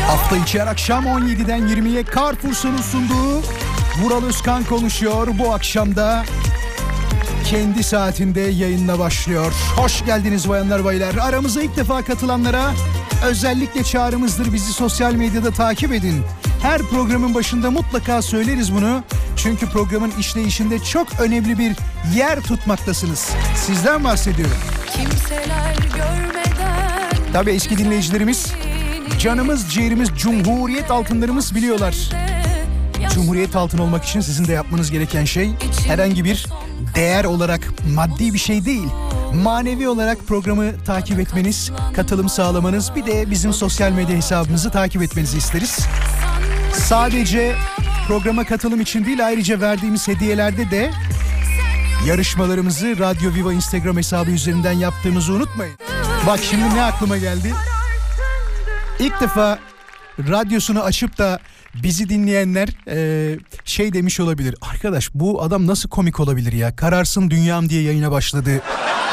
Hafta içi her akşam 17'den 20'ye Carrefour'un sunduğu Vural Özkan konuşuyor. Bu akşam da kendi saatinde yayınla başlıyor. Hoş geldiniz bayanlar baylar. Aramıza ilk defa katılanlara özellikle çağrımızdır, bizi sosyal medyada takip edin. Her programın başında mutlaka söyleriz bunu. Çünkü programın işleyişinde çok önemli bir yer tutmaktasınız. Sizden bahsediyorum. Kimseler görmeden. Tabii eski dinleyicilerimiz, canımız, ciğerimiz, Cumhuriyet altınlarımız biliyorlar. Cumhuriyet altın olmak için sizin de yapmanız gereken şey herhangi bir değer olarak maddi bir şey değil. Manevi olarak programı takip etmeniz, katılım sağlamanız, bir de bizim sosyal medya hesabımızı takip etmenizi isteriz. Sadece programa katılım için değil, ayrıca verdiğimiz hediyelerde de yarışmalarımızı Radyo Viva Instagram hesabı üzerinden yaptığımızı unutmayın. Bak şimdi ne aklıma geldi. İlk defa radyosunu açıp da bizi dinleyenler şey demiş olabilir. Arkadaş bu adam nasıl komik olabilir ya? Kararsın dünyam diye yayına başladı.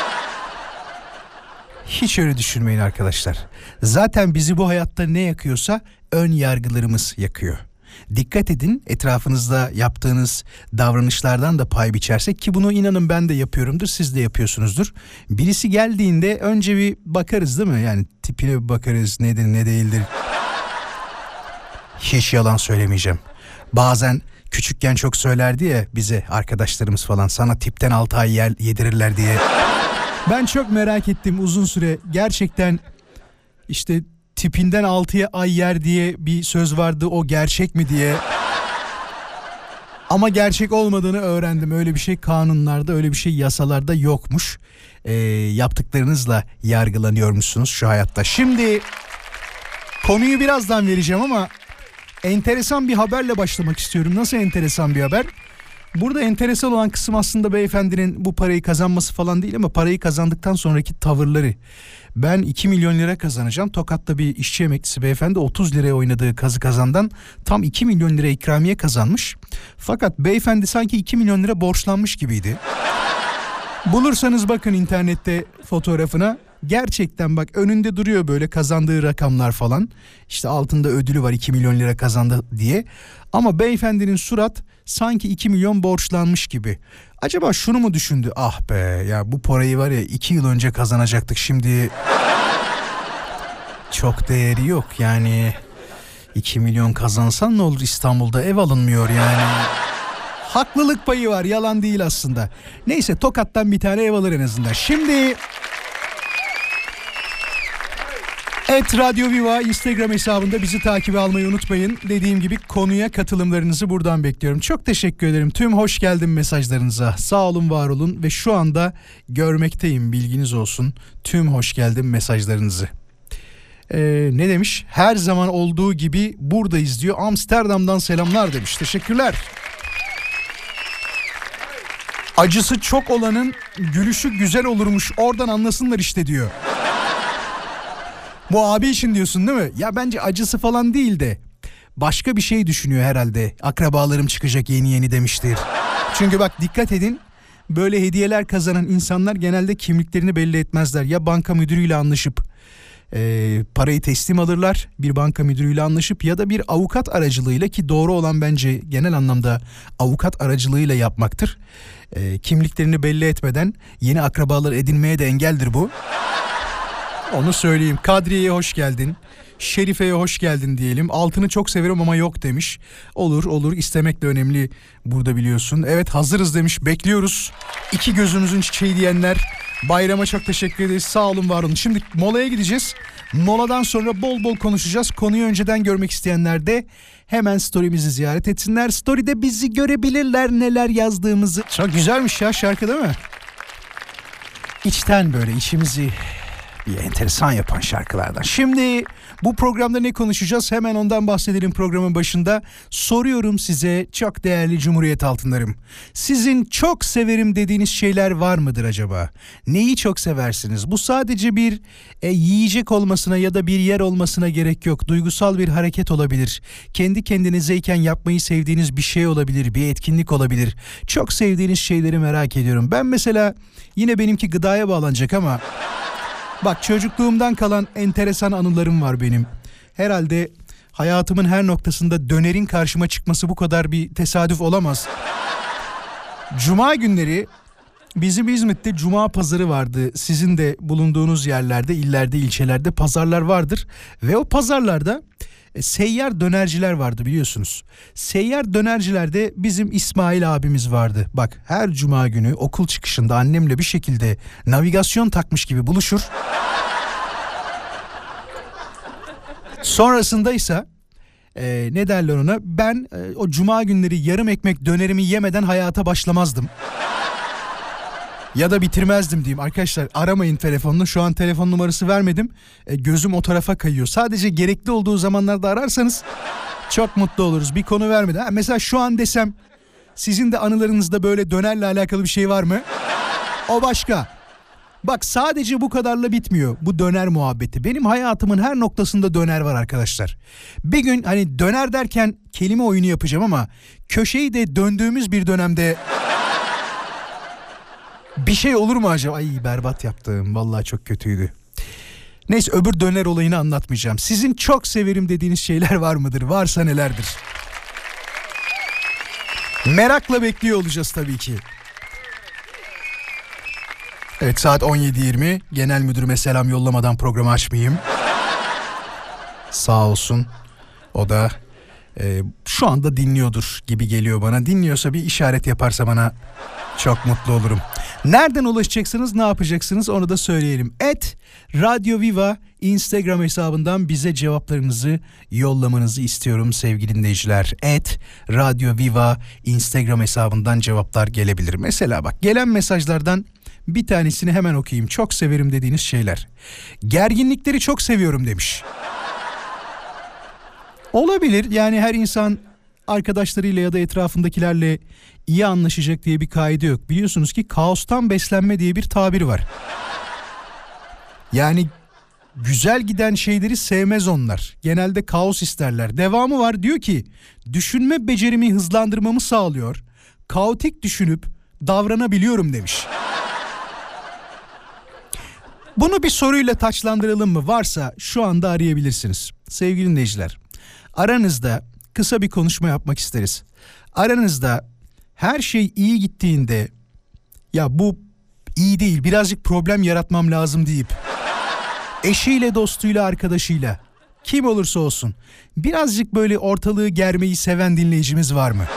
Hiç öyle düşünmeyin arkadaşlar. Zaten bizi bu hayatta ne yakıyorsa ön yargılarımız yakıyor. Dikkat edin, etrafınızda yaptığınız davranışlardan da pay biçersek, ki bunu inanın ben de yapıyorumdur, siz de yapıyorsunuzdur. Birisi geldiğinde önce bir bakarız değil mi? Yani tipine bir bakarız, nedir ne değildir. Hiç yalan söylemeyeceğim. Bazen küçükken çok söylerdi ya bize arkadaşlarımız falan, sana tipten 6 ay yedirirler diye. Ben çok merak ettim uzun süre. Gerçekten işte tipinden 6 ay yer diye bir söz vardı, o gerçek mi diye. Ama gerçek olmadığını öğrendim. Öyle bir şey kanunlarda, öyle bir şey yasalarda yokmuş. Yaptıklarınızla yargılanıyormuşsunuz şu hayatta. Şimdi konuyu birazdan vereceğim ama enteresan bir haberle başlamak istiyorum. Nasıl enteresan bir haber? Burada enteresan olan kısım aslında beyefendinin bu parayı kazanması falan değil, ama parayı kazandıktan sonraki tavırları. Ben 2 milyon lira kazanacağım. Tokat'ta bir işçi emeklisi beyefendi 30 liraya oynadığı kazı kazandan tam 2 milyon lira ikramiye kazanmış. Fakat beyefendi sanki 2 milyon lira borçlanmış gibiydi. Bulursanız bakın internette fotoğrafına. Gerçekten bak, önünde duruyor böyle kazandığı rakamlar falan. İşte altında ödülü var, 2 milyon lira kazandı diye. Ama beyefendinin surat sanki 2 milyon borçlanmış gibi. Acaba şunu mu düşündü? Ah be ya, bu parayı var ya 2 yıl önce kazanacaktık, şimdi çok değeri yok yani. 2 milyon kazansan ne olur, İstanbul'da ev alınmıyor yani. Haklılık payı var, yalan değil aslında. Neyse, Tokat'tan bir tane ev alır en azından. Şimdi @Radyo Viva Instagram hesabında bizi takibe almayı unutmayın. Dediğim gibi konuya katılımlarınızı buradan bekliyorum. Çok teşekkür ederim tüm hoş geldin mesajlarınıza. Sağ olun, var olun ve şu anda görmekteyim, bilginiz olsun, tüm hoş geldin mesajlarınızı. Ne demiş? Her zaman olduğu gibi buradayız diyor. Amsterdam'dan selamlar demiş. Teşekkürler. Acısı çok olanın gülüşü güzel olurmuş, oradan anlasınlar işte diyor. Bu abi için diyorsun değil mi? Ya bence acısı falan değil de başka bir şey düşünüyor herhalde. Akrabalarım çıkacak yeni yeni demiştir. Çünkü bak dikkat edin, böyle hediyeler kazanan insanlar genelde kimliklerini belli etmezler. Ya banka müdürüyle anlaşıp parayı teslim alırlar, bir banka müdürüyle anlaşıp, ya da bir avukat aracılığıyla, ki doğru olan bence genel anlamda avukat aracılığıyla yapmaktır. Kimliklerini belli etmeden yeni akrabalar edinmeye de engeldir bu. Onu söyleyeyim. Kadriye'ye hoş geldin. Şerife'ye hoş geldin diyelim. Altını çok severim ama yok demiş. Olur olur, istemek de önemli burada biliyorsun. Evet, hazırız demiş, bekliyoruz. 2 gözümüzün çiçeği diyenler, bayrama çok teşekkür ederiz. Sağ olun, var olun. Şimdi molaya gideceğiz. Moladan sonra bol bol konuşacağız. Konuyu önceden görmek isteyenler de hemen story'mizi ziyaret etsinler. Story'de bizi görebilirler, neler yazdığımızı. Çok güzelmiş ya şarkı değil mi? İçten böyle içimizi enteresan yapan şarkılardan. Şimdi bu programda ne konuşacağız? Hemen ondan bahsedelim programın başında. Soruyorum size çok değerli Cumhuriyet altınlarım. Sizin çok severim dediğiniz şeyler var mıdır acaba? Neyi çok seversiniz? Bu sadece bir yiyecek olmasına ya da bir yer olmasına gerek yok. Duygusal bir hareket olabilir. Kendi kendinizeyken yapmayı sevdiğiniz bir şey olabilir. Bir etkinlik olabilir. Çok sevdiğiniz şeyleri merak ediyorum. Ben mesela, yine benimki gıdaya bağlanacak ama bak, çocukluğumdan kalan enteresan anılarım var benim. Herhalde hayatımın her noktasında dönerin karşıma çıkması bu kadar bir tesadüf olamaz. Cuma günleri bizim İzmit'te cuma pazarı vardı. Sizin de bulunduğunuz yerlerde, illerde, ilçelerde pazarlar vardır. Ve o pazarlarda seyyar dönerciler vardı biliyorsunuz. Seyyar dönercilerde bizim İsmail abimiz vardı. Bak her cuma günü okul çıkışında annemle bir şekilde navigasyon takmış gibi buluşur. Sonrasında ise ne derler ona, ben o cuma günleri yarım ekmek dönerimi yemeden hayata başlamazdım. Ya da bitirmezdim diyeyim. Arkadaşlar aramayın telefonunu. Şu an telefon numarası vermedim. Gözüm o tarafa kayıyor. Sadece gerekli olduğu zamanlarda ararsanız çok mutlu oluruz. Bir konu vermeden. Mesela şu an desem sizin de anılarınızda böyle dönerle alakalı bir şey var mı? O başka. Bak sadece bu kadarla bitmiyor bu döner muhabbeti. Benim hayatımın her noktasında döner var arkadaşlar. Bir gün hani döner derken kelime oyunu yapacağım ama köşeyi de döndüğümüz bir dönemde bir şey olur mu acaba? Ay berbat yaptım. Vallahi çok kötüydü. Neyse öbür döner olayını anlatmayacağım. Sizin çok severim dediğiniz şeyler var mıdır? Varsa nelerdir? Merakla bekliyor olacağız tabii ki. Evet saat 17.20. Genel müdürüme selam yollamadan programı açmayayım. Sağ olsun. O da şu anda dinliyordur gibi geliyor bana. Dinliyorsa bir işaret yaparsa bana çok mutlu olurum. Nereden ulaşacaksınız, ne yapacaksınız onu da söyleyelim. @Radyo Viva Instagram hesabından bize cevaplarınızı yollamanızı istiyorum sevgili dinleyiciler. @Radyo Viva Instagram hesabından cevaplar gelebilir. Mesela bak gelen mesajlardan bir tanesini hemen okuyayım. Çok severim dediğiniz şeyler. Gerginlikleri çok seviyorum demiş. Olabilir yani her insan arkadaşlarıyla ya da etrafındakilerle iyi anlaşacak diye bir kaide yok. Biliyorsunuz ki kaostan beslenme diye bir tabir var. Yani güzel giden şeyleri sevmez onlar. Genelde kaos isterler. Devamı var, diyor ki düşünme becerimi hızlandırmamı sağlıyor. Kaotik düşünüp davranabiliyorum demiş. Bunu bir soruyla taçlandıralım mı? Varsa şu anda arayabilirsiniz. Sevgili dinleyiciler, aranızda kısa bir konuşma yapmak isteriz. Aranızda her şey iyi gittiğinde ya bu iyi değil birazcık problem yaratmam lazım deyip eşiyle, dostuyla, arkadaşıyla kim olursa olsun birazcık böyle ortalığı germeyi seven dinleyicimiz var mı?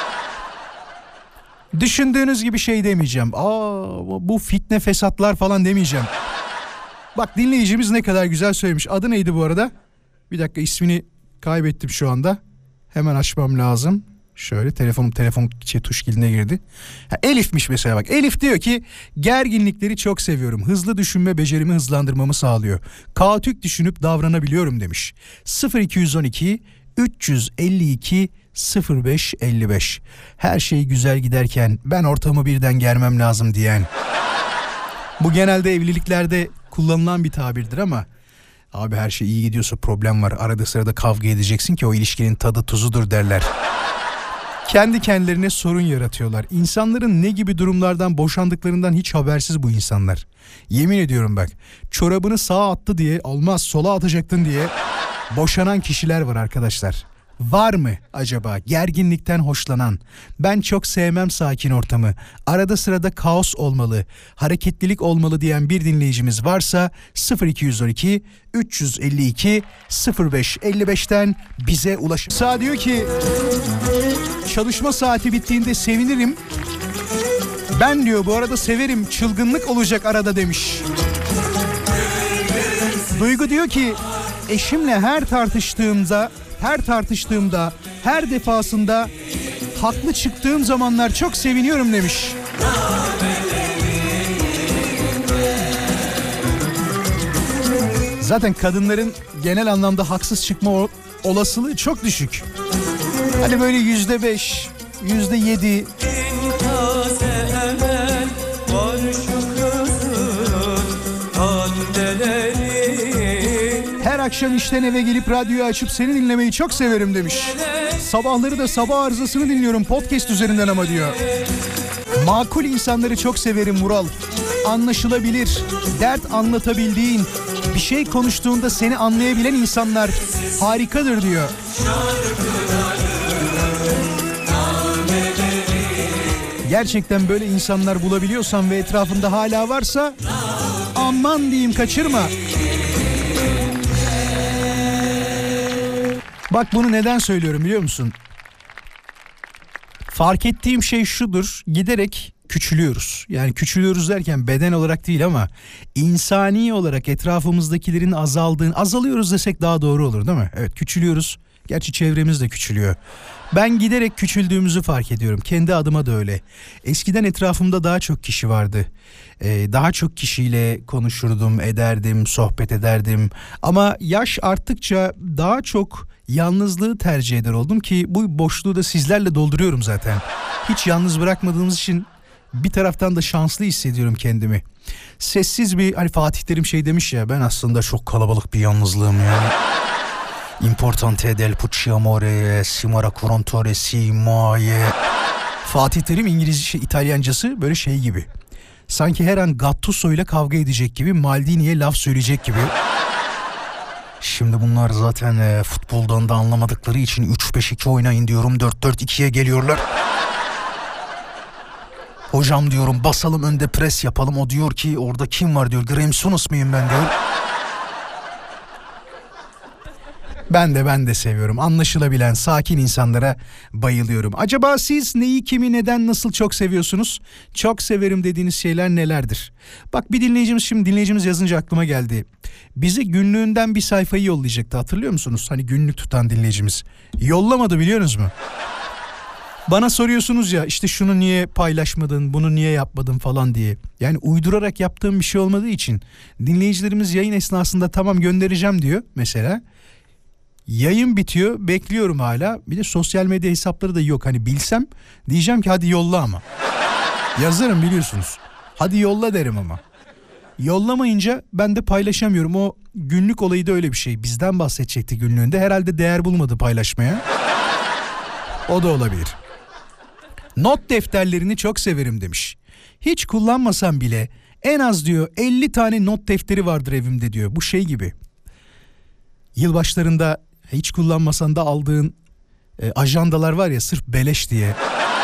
Düşündüğünüz gibi şey demeyeceğim. Bu fitne fesatlar falan demeyeceğim. Bak dinleyicimiz ne kadar güzel söylemiş. Adı neydi bu arada? Bir dakika ismini kaybettim şu anda. Hemen açmam lazım. Şöyle telefon tuş kiline girdi. Elif'miş mesela bak. Elif diyor ki gerginlikleri çok seviyorum. Hızlı düşünme becerimi hızlandırmamı sağlıyor. Kaotik düşünüp davranabiliyorum demiş. 0212 352 0555. Her şey güzel giderken ben ortamı birden germem lazım diyen. Bu genelde evliliklerde kullanılan bir tabirdir ama abi her şey iyi gidiyorsa problem var. Arada sırada kavga edeceksin ki o ilişkinin tadı tuzudur derler. Kendi kendilerine sorun yaratıyorlar. İnsanların ne gibi durumlardan boşandıklarından hiç habersiz bu insanlar. Yemin ediyorum bak, çorabını sağa attı diye olmaz sola atacaktın diye boşanan kişiler var arkadaşlar. Var mı acaba gerginlikten hoşlanan? Ben çok sevmem sakin ortamı. Arada sırada kaos olmalı, hareketlilik olmalı diyen bir dinleyicimiz varsa 0212 352 0555'ten bize ulaşın. Sağ diyor ki çalışma saati bittiğinde sevinirim. Ben diyor bu arada severim, çılgınlık olacak arada demiş. Duygu diyor ki eşimle her tartıştığımda, her defasında haklı çıktığım zamanlar çok seviniyorum demiş. Zaten kadınların genel anlamda haksız çıkma olasılığı çok düşük. Hani böyle %5, %7. Her akşam işten eve gelip radyoyu açıp seni dinlemeyi çok severim demiş. Sabahları da sabah arızasını dinliyorum podcast üzerinden ama diyor. Makul insanları çok severim Mural. Anlaşılabilir, dert anlatabildiğin, Bir şey konuştuğunda seni anlayabilen insanlar harikadır diyor. Gerçekten böyle insanlar bulabiliyorsan ve etrafında hala varsa aman diyeyim kaçırma. Bak bunu neden söylüyorum biliyor musun? Fark ettiğim şey şudur, giderek küçülüyoruz. Yani küçülüyoruz derken beden olarak değil ama insani olarak etrafımızdakilerin azalıyoruz desek daha doğru olur değil mi? Evet, küçülüyoruz. Gerçi çevremiz de küçülüyor. Ben giderek küçüldüğümüzü fark ediyorum. Kendi adıma da öyle. Eskiden etrafımda daha çok kişi vardı. Daha çok kişiyle konuşurdum, ederdim, sohbet ederdim. Ama yaş arttıkça daha çok yalnızlığı tercih eder oldum ki bu boşluğu da sizlerle dolduruyorum zaten. Hiç yalnız bırakmadığımız için bir taraftan da şanslı hissediyorum kendimi. Sessiz bir, hani Fatih Terim şey demiş ya, ben aslında çok kalabalık bir yalnızlığım yani. Importante del pucciamore simara contore simaye. Fatih Terim İngilizce, İtalyancası böyle şey gibi. Sanki her an Gattuso ile kavga edecek gibi, Maldini'ye laf söyleyecek gibi. Şimdi bunlar zaten futboldan da anlamadıkları için 3-5-2 oynayın diyorum, 4-4-2'ye geliyorlar. Hocam diyorum basalım önde, pres yapalım. O diyor ki orada kim var diyor, Graham Souness mıyım ben diyor. Ben de seviyorum. Anlaşılabilen, sakin insanlara bayılıyorum. Acaba siz neyi, kimi, neden, nasıl çok seviyorsunuz? Çok severim dediğiniz şeyler nelerdir? Bak bir dinleyicimiz yazınca aklıma geldi. Bize günlüğünden bir sayfayı yollayacaktı, hatırlıyor musunuz? Hani günlük tutan dinleyicimiz. Yollamadı, biliyorsunuz mu? Bana soruyorsunuz ya işte şunu niye paylaşmadın, bunu niye yapmadın falan diye. Yani uydurarak yaptığım bir şey olmadığı için dinleyicilerimiz yayın esnasında tamam göndereceğim diyor mesela. Yayın bitiyor, bekliyorum hala. Bir de sosyal medya hesapları da yok. Hani bilsem diyeceğim ki hadi yolla ama. Yazarım biliyorsunuz. Hadi yolla derim ama. Yollamayınca ben de paylaşamıyorum. O günlük olayı da öyle bir şey. Bizden bahsedecekti günlüğünde. Herhalde değer bulmadı paylaşmaya. O da olabilir. Not defterlerini çok severim demiş. Hiç kullanmasam bile en az diyor 50 tane not defteri vardır evimde diyor. Bu şey gibi. Yılbaşlarında hiç kullanmasan da aldığın ajandalar var ya, sırf beleş diye.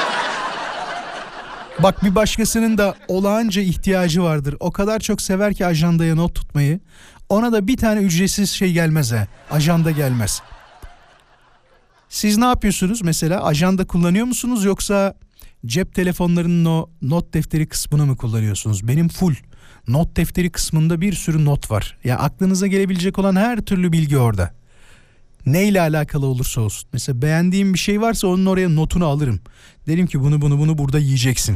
Bak bir başkasının da olağanca ihtiyacı vardır. O kadar çok sever ki ajandaya not tutmayı. Ona da bir tane ücretsiz şey gelmez ha. Ajanda gelmez. Siz ne yapıyorsunuz mesela? Ajanda kullanıyor musunuz yoksa cep telefonlarının o not defteri kısmını mı kullanıyorsunuz? Benim full. Not defteri kısmında bir sürü not var. Ya aklınıza gelebilecek olan her türlü bilgi orada. Neyle alakalı olursa olsun. Mesela beğendiğim bir şey varsa onun oraya notunu alırım. Derim ki bunu burada yiyeceksin.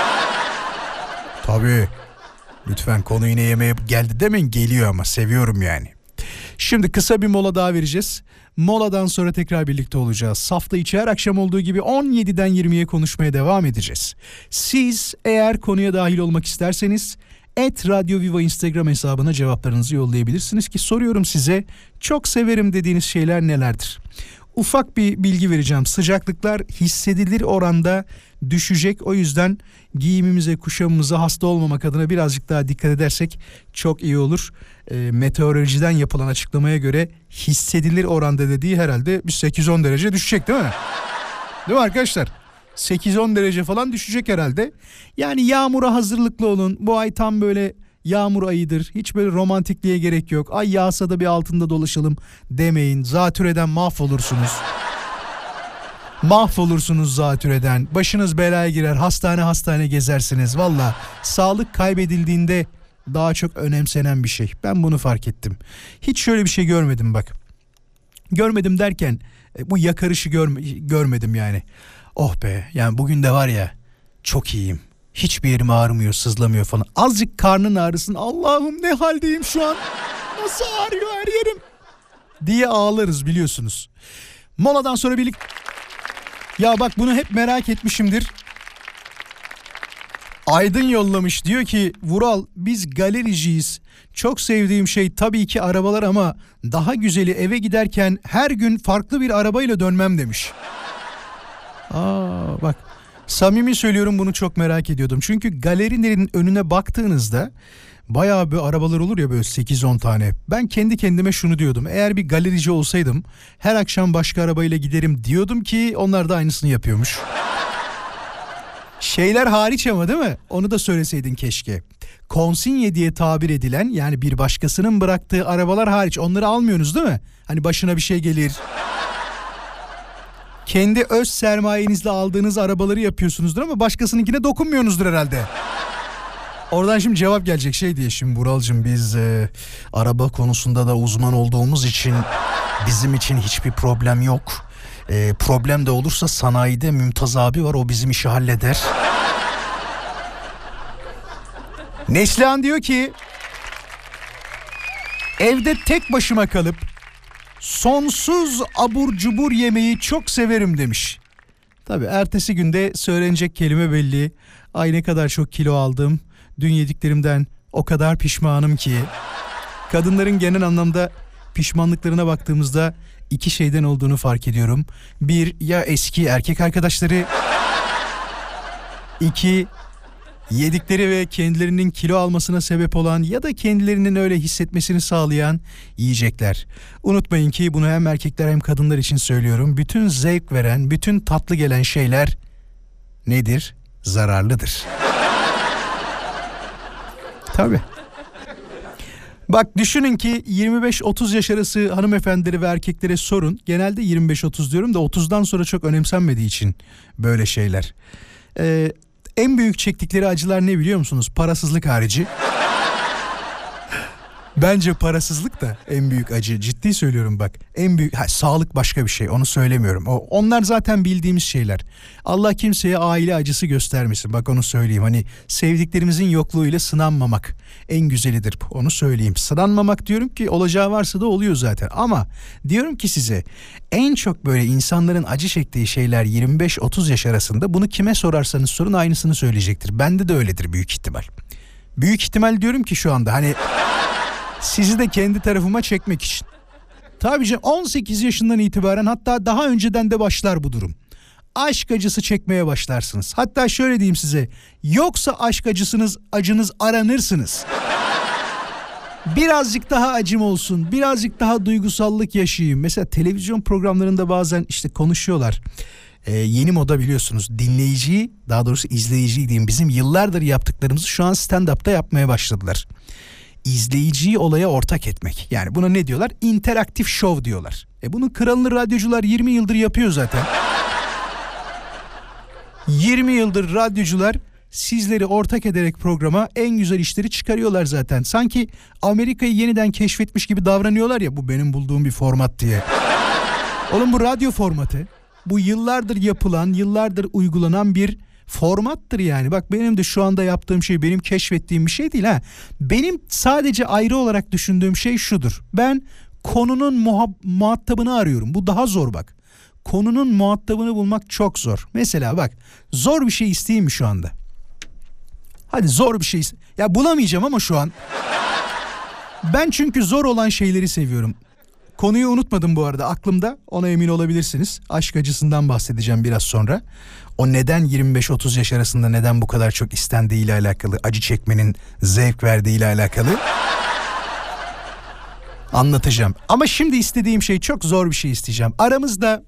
Tabii. Lütfen konu yine yemeğe geldi demeyin, geliyor ama seviyorum yani. Şimdi kısa bir mola daha vereceğiz. Moladan sonra tekrar birlikte olacağız. Hafta içi her akşam olduğu gibi 17'den 20'ye konuşmaya devam edeceğiz. Siz eğer konuya dahil olmak isterseniz @Radyo Viva Instagram hesabına cevaplarınızı yollayabilirsiniz ki soruyorum size, çok severim dediğiniz şeyler nelerdir? Ufak bir bilgi vereceğim. Sıcaklıklar hissedilir oranda düşecek. O yüzden giyimimize, kuşamımıza hasta olmamak adına birazcık daha dikkat edersek çok iyi olur. Meteorolojiden yapılan açıklamaya göre hissedilir oranda dediği herhalde bir 8-10 derece düşecek değil mi? Değil mi arkadaşlar? 8-10 derece falan düşecek herhalde. Yani yağmura hazırlıklı olun. Bu ay tam böyle yağmur ayıdır. Hiç böyle romantikliğe gerek yok. Ay yağsa da bir altında dolaşalım demeyin. Zatürreden mahvolursunuz. Mahvolursunuz zatürreden. Başınız belaya girer. Hastane gezersiniz. Valla sağlık kaybedildiğinde daha çok önemsenen bir şey. Ben bunu fark ettim. Hiç şöyle bir şey görmedim bak. Görmedim derken bu yakarışı görmedim yani. Oh be, yani bugün de var ya çok iyiyim. Hiçbir yerim ağrımıyor, sızlamıyor falan. Azıcık karnın ağrısın. Allah'ım ne haldeyim şu an. Nasıl ağrıyor her yerim diye ağlarız biliyorsunuz. Moladan sonra birlikte... Ya bak bunu hep merak etmişimdir. Aydın yollamış, diyor ki Vural biz galericiyiz. Çok sevdiğim şey tabii ki arabalar ama daha güzeli eve giderken her gün farklı bir arabayla dönmem demiş. Bak samimi söylüyorum, bunu çok merak ediyordum. Çünkü galerilerin önüne baktığınızda bayağı bir arabalar olur ya, böyle 8-10 tane. Ben kendi kendime şunu diyordum: eğer bir galerici olsaydım her akşam başka arabayla giderim diyordum ki onlar da aynısını yapıyormuş. Şeyler hariç ama, değil mi? Onu da söyleseydin keşke. Konsinye diye tabir edilen, yani bir başkasının bıraktığı arabalar hariç, onları almıyorsunuz değil mi? Hani başına bir şey gelir. Kendi öz sermayenizle aldığınız arabaları yapıyorsunuzdur ama başkasınınkine dokunmuyorsunuzdur herhalde. Oradan şimdi cevap gelecek şey diye: şimdi Vuralcığım biz araba konusunda da uzman olduğumuz için bizim için hiçbir problem yok. Problem de olursa sanayide Mümtaz abi var, o bizim işi halleder. Neslihan diyor ki evde tek başıma kalıp sonsuz abur cubur yemeyi çok severim demiş. Tabii ertesi günde söylenecek kelime belli. Ay ne kadar çok kilo aldım. Dün yediklerimden o kadar pişmanım ki. Kadınların genel anlamda pişmanlıklarına baktığımızda iki şeyden olduğunu fark ediyorum. Bir, ya eski erkek arkadaşları. İki, yedikleri ve kendilerinin kilo almasına sebep olan ya da kendilerinin öyle hissetmesini sağlayan yiyecekler. Unutmayın ki bunu hem erkekler hem kadınlar için söylüyorum. Bütün zevk veren, bütün tatlı gelen şeyler nedir? Zararlıdır. Tabii. Bak düşünün ki 25-30 yaş arası hanımefendileri ve erkeklere sorun. Genelde 25-30 diyorum da 30'dan sonra çok önemsenmediği için böyle şeyler. En büyük çektikleri acılar ne biliyor musunuz? Parasızlık harici. Bence parasızlık da en büyük acı. Ciddi söylüyorum bak. En büyük sağlık başka bir şey. Onu söylemiyorum. Onlar zaten bildiğimiz şeyler. Allah kimseye aile acısı göstermesin. Bak onu söyleyeyim. Hani sevdiklerimizin yokluğuyla sınanmamak en güzelidir. Onu söyleyeyim. Sınanmamak diyorum ki olacağı varsa da oluyor zaten. Ama diyorum ki size, en çok böyle insanların acı çektiği şeyler 25-30 yaş arasında. Bunu kime sorarsanız sorun aynısını söyleyecektir. Bende de öyledir büyük ihtimal. Büyük ihtimal diyorum ki şu anda hani sizi de kendi tarafıma çekmek için. Tabii canım, 18 yaşından itibaren, hatta daha önceden de başlar bu durum. Aşk acısı çekmeye başlarsınız. Hatta şöyle diyeyim size, yoksa aşk acınız aranırsınız. Birazcık daha acım olsun, birazcık daha duygusallık yaşayayım. Mesela televizyon programlarında bazen işte konuşuyorlar. Yeni moda biliyorsunuz, dinleyiciyi, daha doğrusu izleyiciyi diyeyim, bizim yıllardır yaptıklarımızı şu an stand-up'ta yapmaya başladılar. İzleyiciyi olaya ortak etmek. Yani buna ne diyorlar? İnteraktif şov diyorlar. Bunun kralını radyocular 20 yıldır yapıyor zaten. 20 yıldır radyocular sizleri ortak ederek programa en güzel işleri çıkarıyorlar zaten. Sanki Amerika'yı yeniden keşfetmiş gibi davranıyorlar ya, bu benim bulduğum bir format diye. Oğlum bu radyo formatı. Bu yıllardır yapılan, yıllardır uygulanan bir formattır yani. Bak benim de şu anda yaptığım şey benim keşfettiğim bir şey değil ha. Benim sadece ayrı olarak düşündüğüm şey şudur. Ben konunun muhatabını arıyorum. Bu daha zor bak. Konunun muhatabını bulmak çok zor. Mesela bak, zor bir şey isteyeyim mi şu anda? Hadi zor bir şey. Ya bulamayacağım ama şu an. Ben çünkü zor olan şeyleri seviyorum. Konuyu unutmadım bu arada, aklımda, ona emin olabilirsiniz. Aşk acısından bahsedeceğim biraz sonra. O neden 25-30 yaş arasında neden bu kadar çok istendiği ile alakalı, acı çekmenin zevk verdiği ile alakalı anlatacağım. Ama şimdi istediğim şey, çok zor bir şey isteyeceğim. Aramızda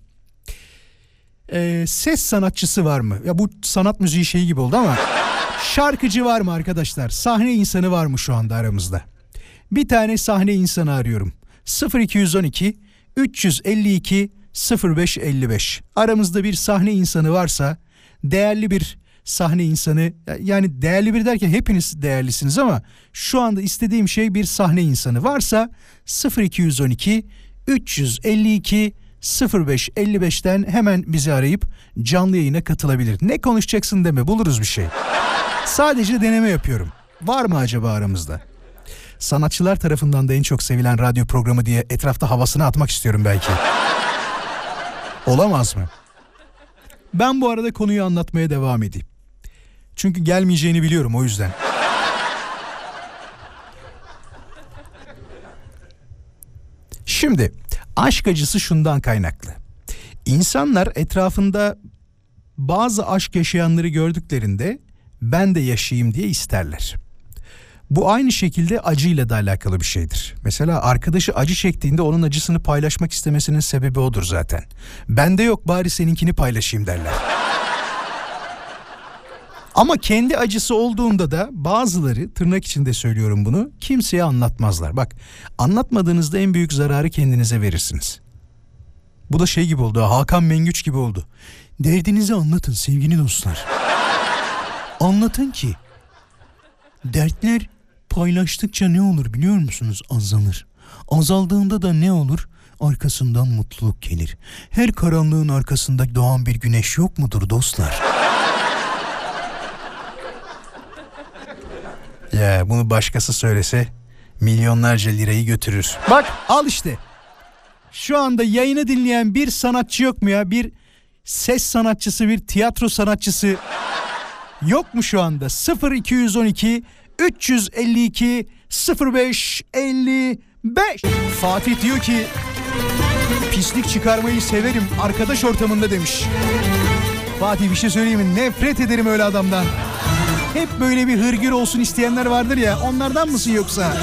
ses sanatçısı var mı? Ya bu sanat müziği şeyi gibi oldu ama şarkıcı var mı arkadaşlar? Sahne insanı var mı şu anda aramızda? Bir tane sahne insanı arıyorum. 0212 352 0555. Aramızda bir sahne insanı varsa, değerli bir sahne insanı, yani değerli bir derken hepiniz değerlisiniz ama şu anda istediğim şey bir sahne insanı varsa 0212 352 0555'ten hemen bizi arayıp canlı yayına katılabilir. Ne konuşacaksın deme, buluruz bir şey. Sadece deneme yapıyorum. Var mı acaba aramızda? Sanatçılar tarafından da en çok sevilen radyo programı diye etrafta havasını atmak istiyorum belki. Olamaz mı? Ben bu arada konuyu anlatmaya devam edeyim. Çünkü gelmeyeceğini biliyorum, o yüzden. Şimdi aşk acısı şundan kaynaklı. İnsanlar etrafında bazı aşk yaşayanları gördüklerinde ben de yaşayayım diye isterler. Bu aynı şekilde acıyla da alakalı bir şeydir. Mesela arkadaşı acı çektiğinde onun acısını paylaşmak istemesinin sebebi odur zaten. Bende yok, bari seninkini paylaşayım derler. Ama kendi acısı olduğunda da bazıları, tırnak içinde söylüyorum bunu, kimseye anlatmazlar. Bak, anlatmadığınızda en büyük zararı kendinize verirsiniz. Bu da şey gibi oldu, Hakan Mengüç gibi oldu. Derdinizi anlatın sevgili dostlar. Anlatın ki dertler paylaştıkça ne olur biliyor musunuz? Azalır. Azaldığında da ne olur? Arkasından mutluluk gelir. Her karanlığın arkasında doğan bir güneş yok mudur dostlar? Ya bunu başkası söylese milyonlarca lirayı götürür. Bak al işte. Şu anda yayını dinleyen bir sanatçı yok mu ya? Bir ses sanatçısı, bir tiyatro sanatçısı yok mu şu anda? 0212 352 0555. Fatih diyor ki pislik çıkarmayı severim arkadaş ortamında demiş. Fatih bir şey söyleyeyim mi? Nefret ederim öyle adamdan. Hep böyle bir hırgür olsun isteyenler vardır ya, onlardan mısın yoksa?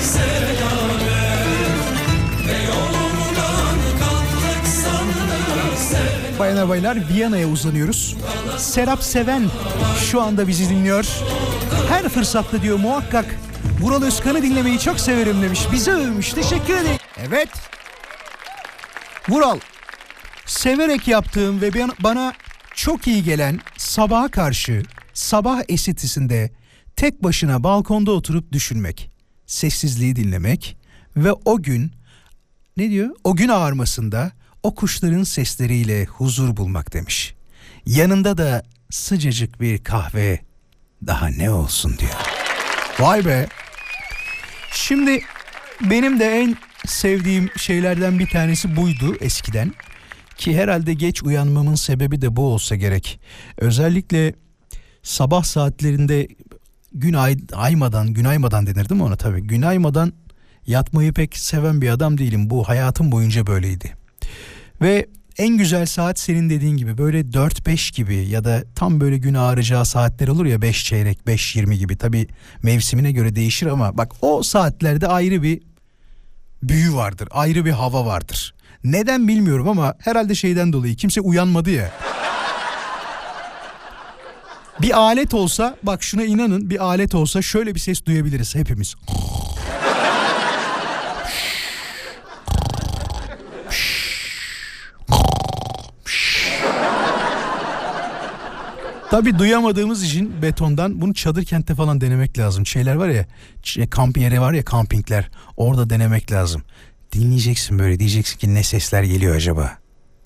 Bayanlar baylar, Viyana'ya uzanıyoruz. Serap Seven şu anda bizi dinliyor. Her fırsatta diyor muhakkak Vural Özkan'ı dinlemeyi çok severim demiş. Bizi övmüş, teşekkür ederim. Evet. Vural, severek yaptığım ve bana çok iyi gelen sabaha karşı, sabah esintisinde tek başına balkonda oturup düşünmek, sessizliği dinlemek ve o gün, ne diyor? O gün ağarmasında o kuşların sesleriyle huzur bulmak demiş. Yanında da sıcacık bir kahve daha ne olsun diyor. Vay be. Şimdi benim de en sevdiğim şeylerden bir tanesi buydu eskiden. Ki herhalde geç uyanmamın sebebi de bu olsa gerek. Özellikle sabah saatlerinde gün aymadan denir değil mi ona tabii. Gün aymadan yatmayı pek seven bir adam değilim. Bu hayatım boyunca böyleydi. Ve en güzel saat senin dediğin gibi böyle 4-5 gibi ya da tam böyle gün ağaracağı saatler olur ya, 5 çeyrek 5:20 gibi, tabii mevsimine göre değişir ama bak o saatlerde ayrı bir büyü vardır, ayrı bir hava vardır. Neden bilmiyorum ama herhalde şeyden dolayı, kimse uyanmadı ya. Bir alet olsa, bak şuna inanın, bir alet olsa şöyle bir ses duyabiliriz hepimiz. Tabii duyamadığımız için betondan bunu çadır kentte falan denemek lazım. Şeyler var ya, kamp yeri var ya, kampingler, orada denemek lazım. Dinleyeceksin böyle, diyeceksin ki ne sesler geliyor acaba?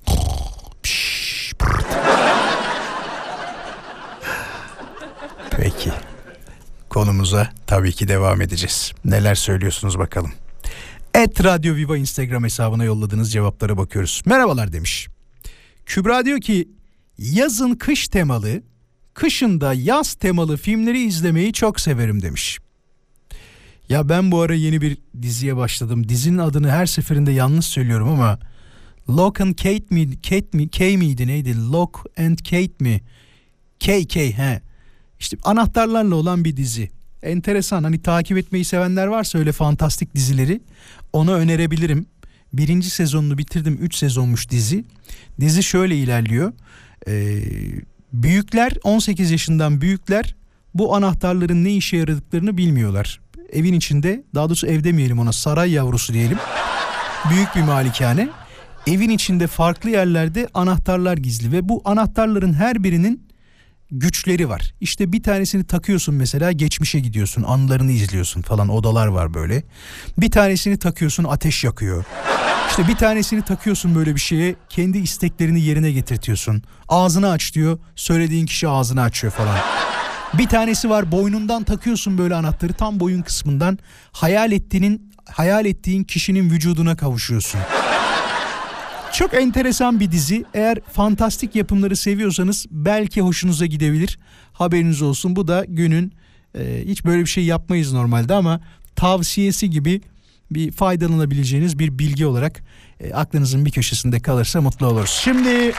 Peki. Konumuza tabii ki devam edeceğiz. Neler söylüyorsunuz bakalım. @Radyo Viva Instagram hesabına yolladığınız cevaplara bakıyoruz. Merhabalar demiş. Kübra diyor ki yazın kış temalı, kışında yaz temalı filmleri izlemeyi çok severim demiş. Ya ben bu ara yeni bir diziye başladım. Dizinin adını her seferinde yanlış söylüyorum ama Lock and Kate miydi neydi? Lock and Kate mi? K. İşte anahtarlarla olan bir dizi. Enteresan, hani takip etmeyi sevenler varsa öyle fantastik dizileri, onu önerebilirim. 1. sezonunu bitirdim, 3 sezonmuş dizi. Dizi şöyle ilerliyor. Büyükler, 18 yaşından büyükler bu anahtarların ne işe yaradıklarını bilmiyorlar. Evin içinde, daha doğrusu ev demeyelim ona, saray yavrusu diyelim. Büyük bir malikane. Evin içinde farklı yerlerde anahtarlar gizli ve bu anahtarların her birinin güçleri var. İşte bir tanesini takıyorsun mesela, geçmişe gidiyorsun, anılarını izliyorsun falan, odalar var böyle. Bir tanesini takıyorsun, ateş yakıyor. İşte bir tanesini takıyorsun böyle bir şeye, kendi isteklerini yerine getirtiyorsun. Ağzını aç diyor, söylediğin kişi ağzını açıyor falan. Bir tanesi var, boynundan takıyorsun böyle anahtarı, tam boyun kısmından hayal ettiğin kişinin vücuduna kavuşuyorsun. Çok enteresan bir dizi. Eğer fantastik yapımları seviyorsanız belki hoşunuza gidebilir. Haberiniz olsun. Bu da günün hiç böyle bir şey yapmayız normalde ama tavsiyesi gibi bir faydalanabileceğiniz bir bilgi olarak aklınızın bir köşesinde kalırsa mutlu oluruz. Şimdi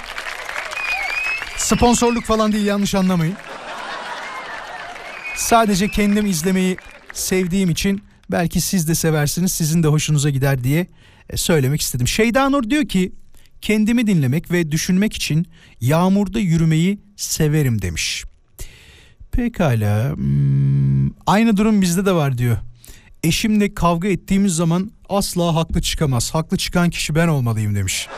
sponsorluk falan değil, yanlış anlamayın. Sadece kendim izlemeyi sevdiğim için belki siz de seversiniz, sizin de hoşunuza gider diye söylemek istedim. Şeyda Nur diyor ki kendimi dinlemek ve düşünmek için yağmurda yürümeyi severim demiş. Pekala. Aynı durum bizde de var diyor. Eşimle kavga ettiğimiz zaman asla haklı çıkamaz. Haklı çıkan kişi ben olmalıyım demiş.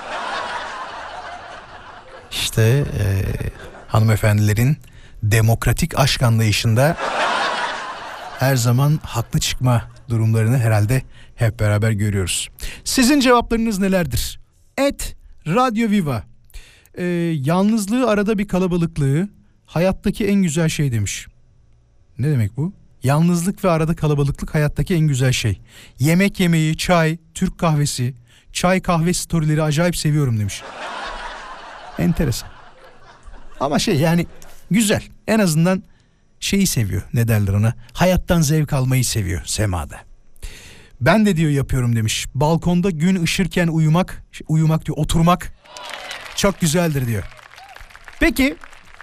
İşte hanımefendilerin demokratik aşk anlayışında her zaman haklı çıkma durumlarını herhalde hep beraber görüyoruz. Sizin cevaplarınız nelerdir? Radyo Viva. Yalnızlığı arada bir kalabalıklığı hayattaki en güzel şey demiş. Ne demek bu? Yalnızlık ve arada kalabalıklık hayattaki en güzel şey. Yemek yemeyi, çay, Türk kahvesi, çay kahve storyleri acayip seviyorum demiş. Enteresan. Ama yani güzel. En azından şeyi seviyor. Ne derler ona? Hayattan zevk almayı seviyor semada. Ben de diyor yapıyorum demiş. Balkonda gün ışırken uyumak diyor, oturmak çok güzeldir diyor. Peki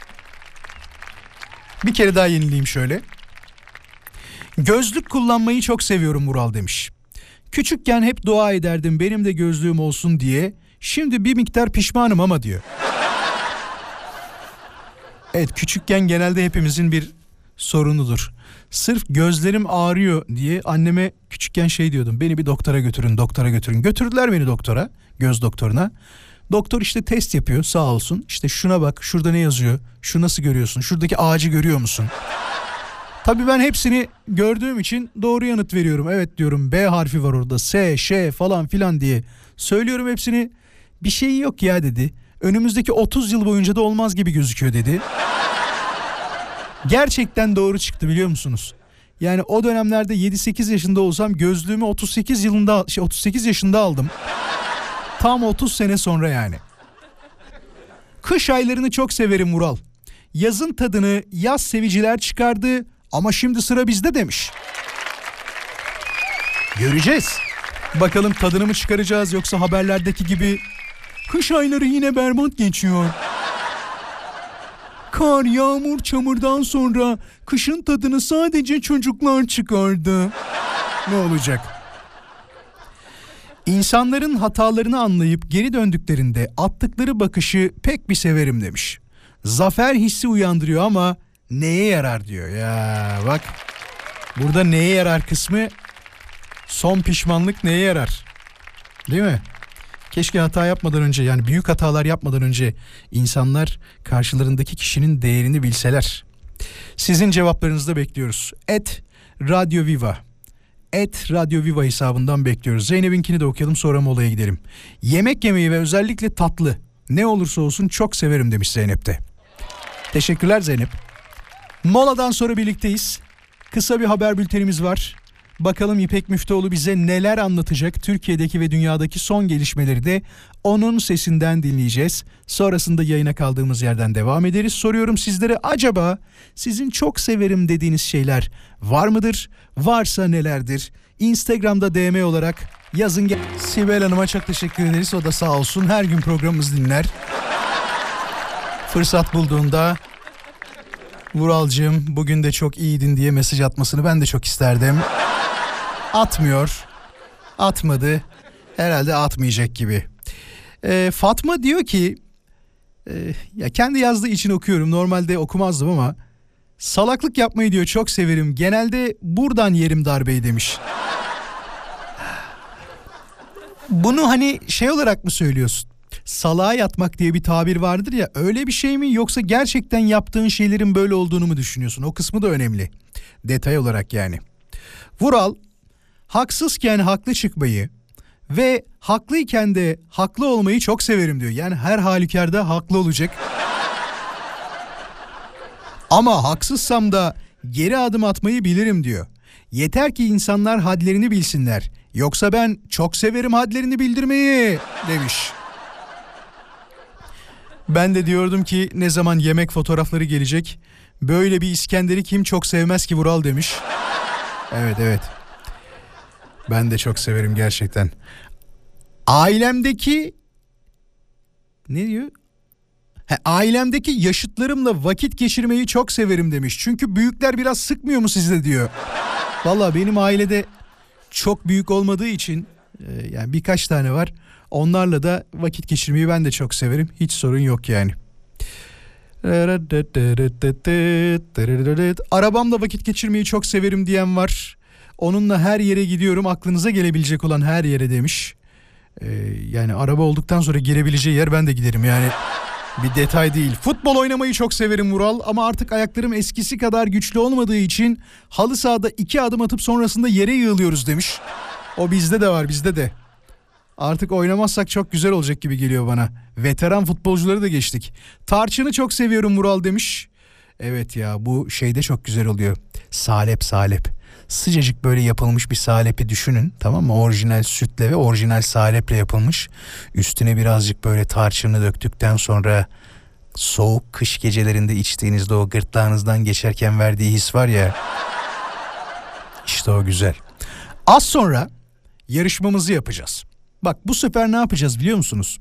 bir kere daha yenileyim şöyle. Gözlük kullanmayı çok seviyorum Vural demiş. Küçükken hep dua ederdim benim de gözlüğüm olsun diye. Şimdi bir miktar pişmanım ama diyor. Evet, küçükken genelde hepimizin bir sorunudur. Sırf gözlerim ağrıyor diye anneme küçükken diyordum. Beni bir doktora götürün. Götürdüler beni doktora, göz doktoruna. Doktor işte test yapıyor sağ olsun. İşte şuna bak, şurada ne yazıyor? Şu nasıl görüyorsun? Şuradaki ağacı görüyor musun? Tabii ben hepsini gördüğüm için doğru yanıt veriyorum. Evet diyorum, B harfi var orada, S, Ş falan filan diye. Söylüyorum hepsini. Bir şey yok ya dedi. Önümüzdeki 30 yıl boyunca da olmaz gibi gözüküyor dedi. Gerçekten doğru çıktı biliyor musunuz? Yani o dönemlerde 7-8 yaşında olsam gözlüğümü 38 yaşında aldım. Tam 30 sene sonra yani. Kış aylarını çok severim Vural. Yazın tadını yaz seviciler çıkardı ama şimdi sıra bizde demiş. Göreceğiz. Bakalım tadını mı çıkaracağız yoksa haberlerdeki gibi kış ayları yine berbat geçiyor. Kar, yağmur, çamurdan sonra kışın tadını sadece çocuklar çıkardı. Ne olacak? İnsanların hatalarını anlayıp geri döndüklerinde attıkları bakışı pek bir severim demiş. Zafer hissi uyandırıyor ama neye yarar diyor. Ya bak, burada neye yarar kısmı, son pişmanlık neye yarar? Değil mi? Keşke hata yapmadan önce, yani büyük hatalar yapmadan önce insanlar karşılarındaki kişinin değerini bilseler. Sizin cevaplarınızı da bekliyoruz. @Radyo Viva. @Radyo Viva hesabından bekliyoruz. Zeynep'inkini de okuyalım, sonra molaya gidelim. Yemek yemeyi ve özellikle tatlı ne olursa olsun çok severim demiş Zeynep de. Teşekkürler Zeynep. Moladan sonra birlikteyiz. Kısa bir haber bültenimiz var. Bakalım İpek Müftüoğlu bize neler anlatacak? Türkiye'deki ve dünyadaki son gelişmeleri de onun sesinden dinleyeceğiz. Sonrasında yayına kaldığımız yerden devam ederiz. Soruyorum sizlere, acaba sizin çok severim dediğiniz şeyler var mıdır? Varsa nelerdir? Instagram'da DM olarak yazın. Sibel Hanım'a çok teşekkür ederiz. O da sağ olsun her gün programımızı dinler. Fırsat bulduğunda Vuralcığım bugün de çok iyiydin diye mesaj atmasını ben de çok isterdim. Atmıyor. Atmadı. Herhalde atmayacak gibi. Fatma diyor ki ya kendi yazdığı için okuyorum. Normalde okumazdım ama salaklık yapmayı diyor çok severim. Genelde buradan yerim darbeyi demiş. Bunu hani olarak mı söylüyorsun? Salağa yatmak diye bir tabir vardır ya, öyle bir şey mi, yoksa gerçekten yaptığın şeylerin böyle olduğunu mu düşünüyorsun? O kısmı da önemli. Detay olarak yani. Vural, haksızken haklı çıkmayı ve haklıyken de haklı olmayı çok severim diyor. Yani her halükarda haklı olacak. Ama haksızsam da geri adım atmayı bilirim diyor. Yeter ki insanlar hadlerini bilsinler. Yoksa ben çok severim hadlerini bildirmeyi demiş. Ben de diyordum ki ne zaman yemek fotoğrafları gelecek? Böyle bir İskender'i kim çok sevmez ki Vural demiş. Evet. Ben de çok severim gerçekten. Ailemdeki ne diyor? Ailemdeki yaşıtlarımla vakit geçirmeyi çok severim demiş. Çünkü büyükler biraz sıkmıyor mu sizde diyor. Vallahi benim ailede çok büyük olmadığı için yani birkaç tane var. Onlarla da vakit geçirmeyi ben de çok severim. Hiç sorun yok yani. Arabamla vakit geçirmeyi çok severim diyen var. Onunla her yere gidiyorum, aklınıza gelebilecek olan her yere demiş. Yani araba olduktan sonra girebileceği yer ben de giderim yani. Bir detay değil. Futbol oynamayı çok severim Vural ama artık ayaklarım eskisi kadar güçlü olmadığı için halı sahada 2 adım atıp sonrasında yere yığılıyoruz demiş. O bizde de var, bizde de. Artık oynamazsak çok güzel olacak gibi geliyor bana. Veteran futbolcuları da geçtik. Tarçını çok seviyorum Vural demiş. Evet ya, bu şeyde çok güzel oluyor. Salep. Sıcacık böyle yapılmış bir salepi düşünün, tamam mı? Orijinal sütle ve orijinal saleple yapılmış. Üstüne birazcık böyle tarçını döktükten sonra soğuk kış gecelerinde içtiğinizde o gırtlağınızdan geçerken verdiği his var ya. İşte o güzel. Az sonra yarışmamızı yapacağız. Bak bu sefer ne yapacağız biliyor musunuz?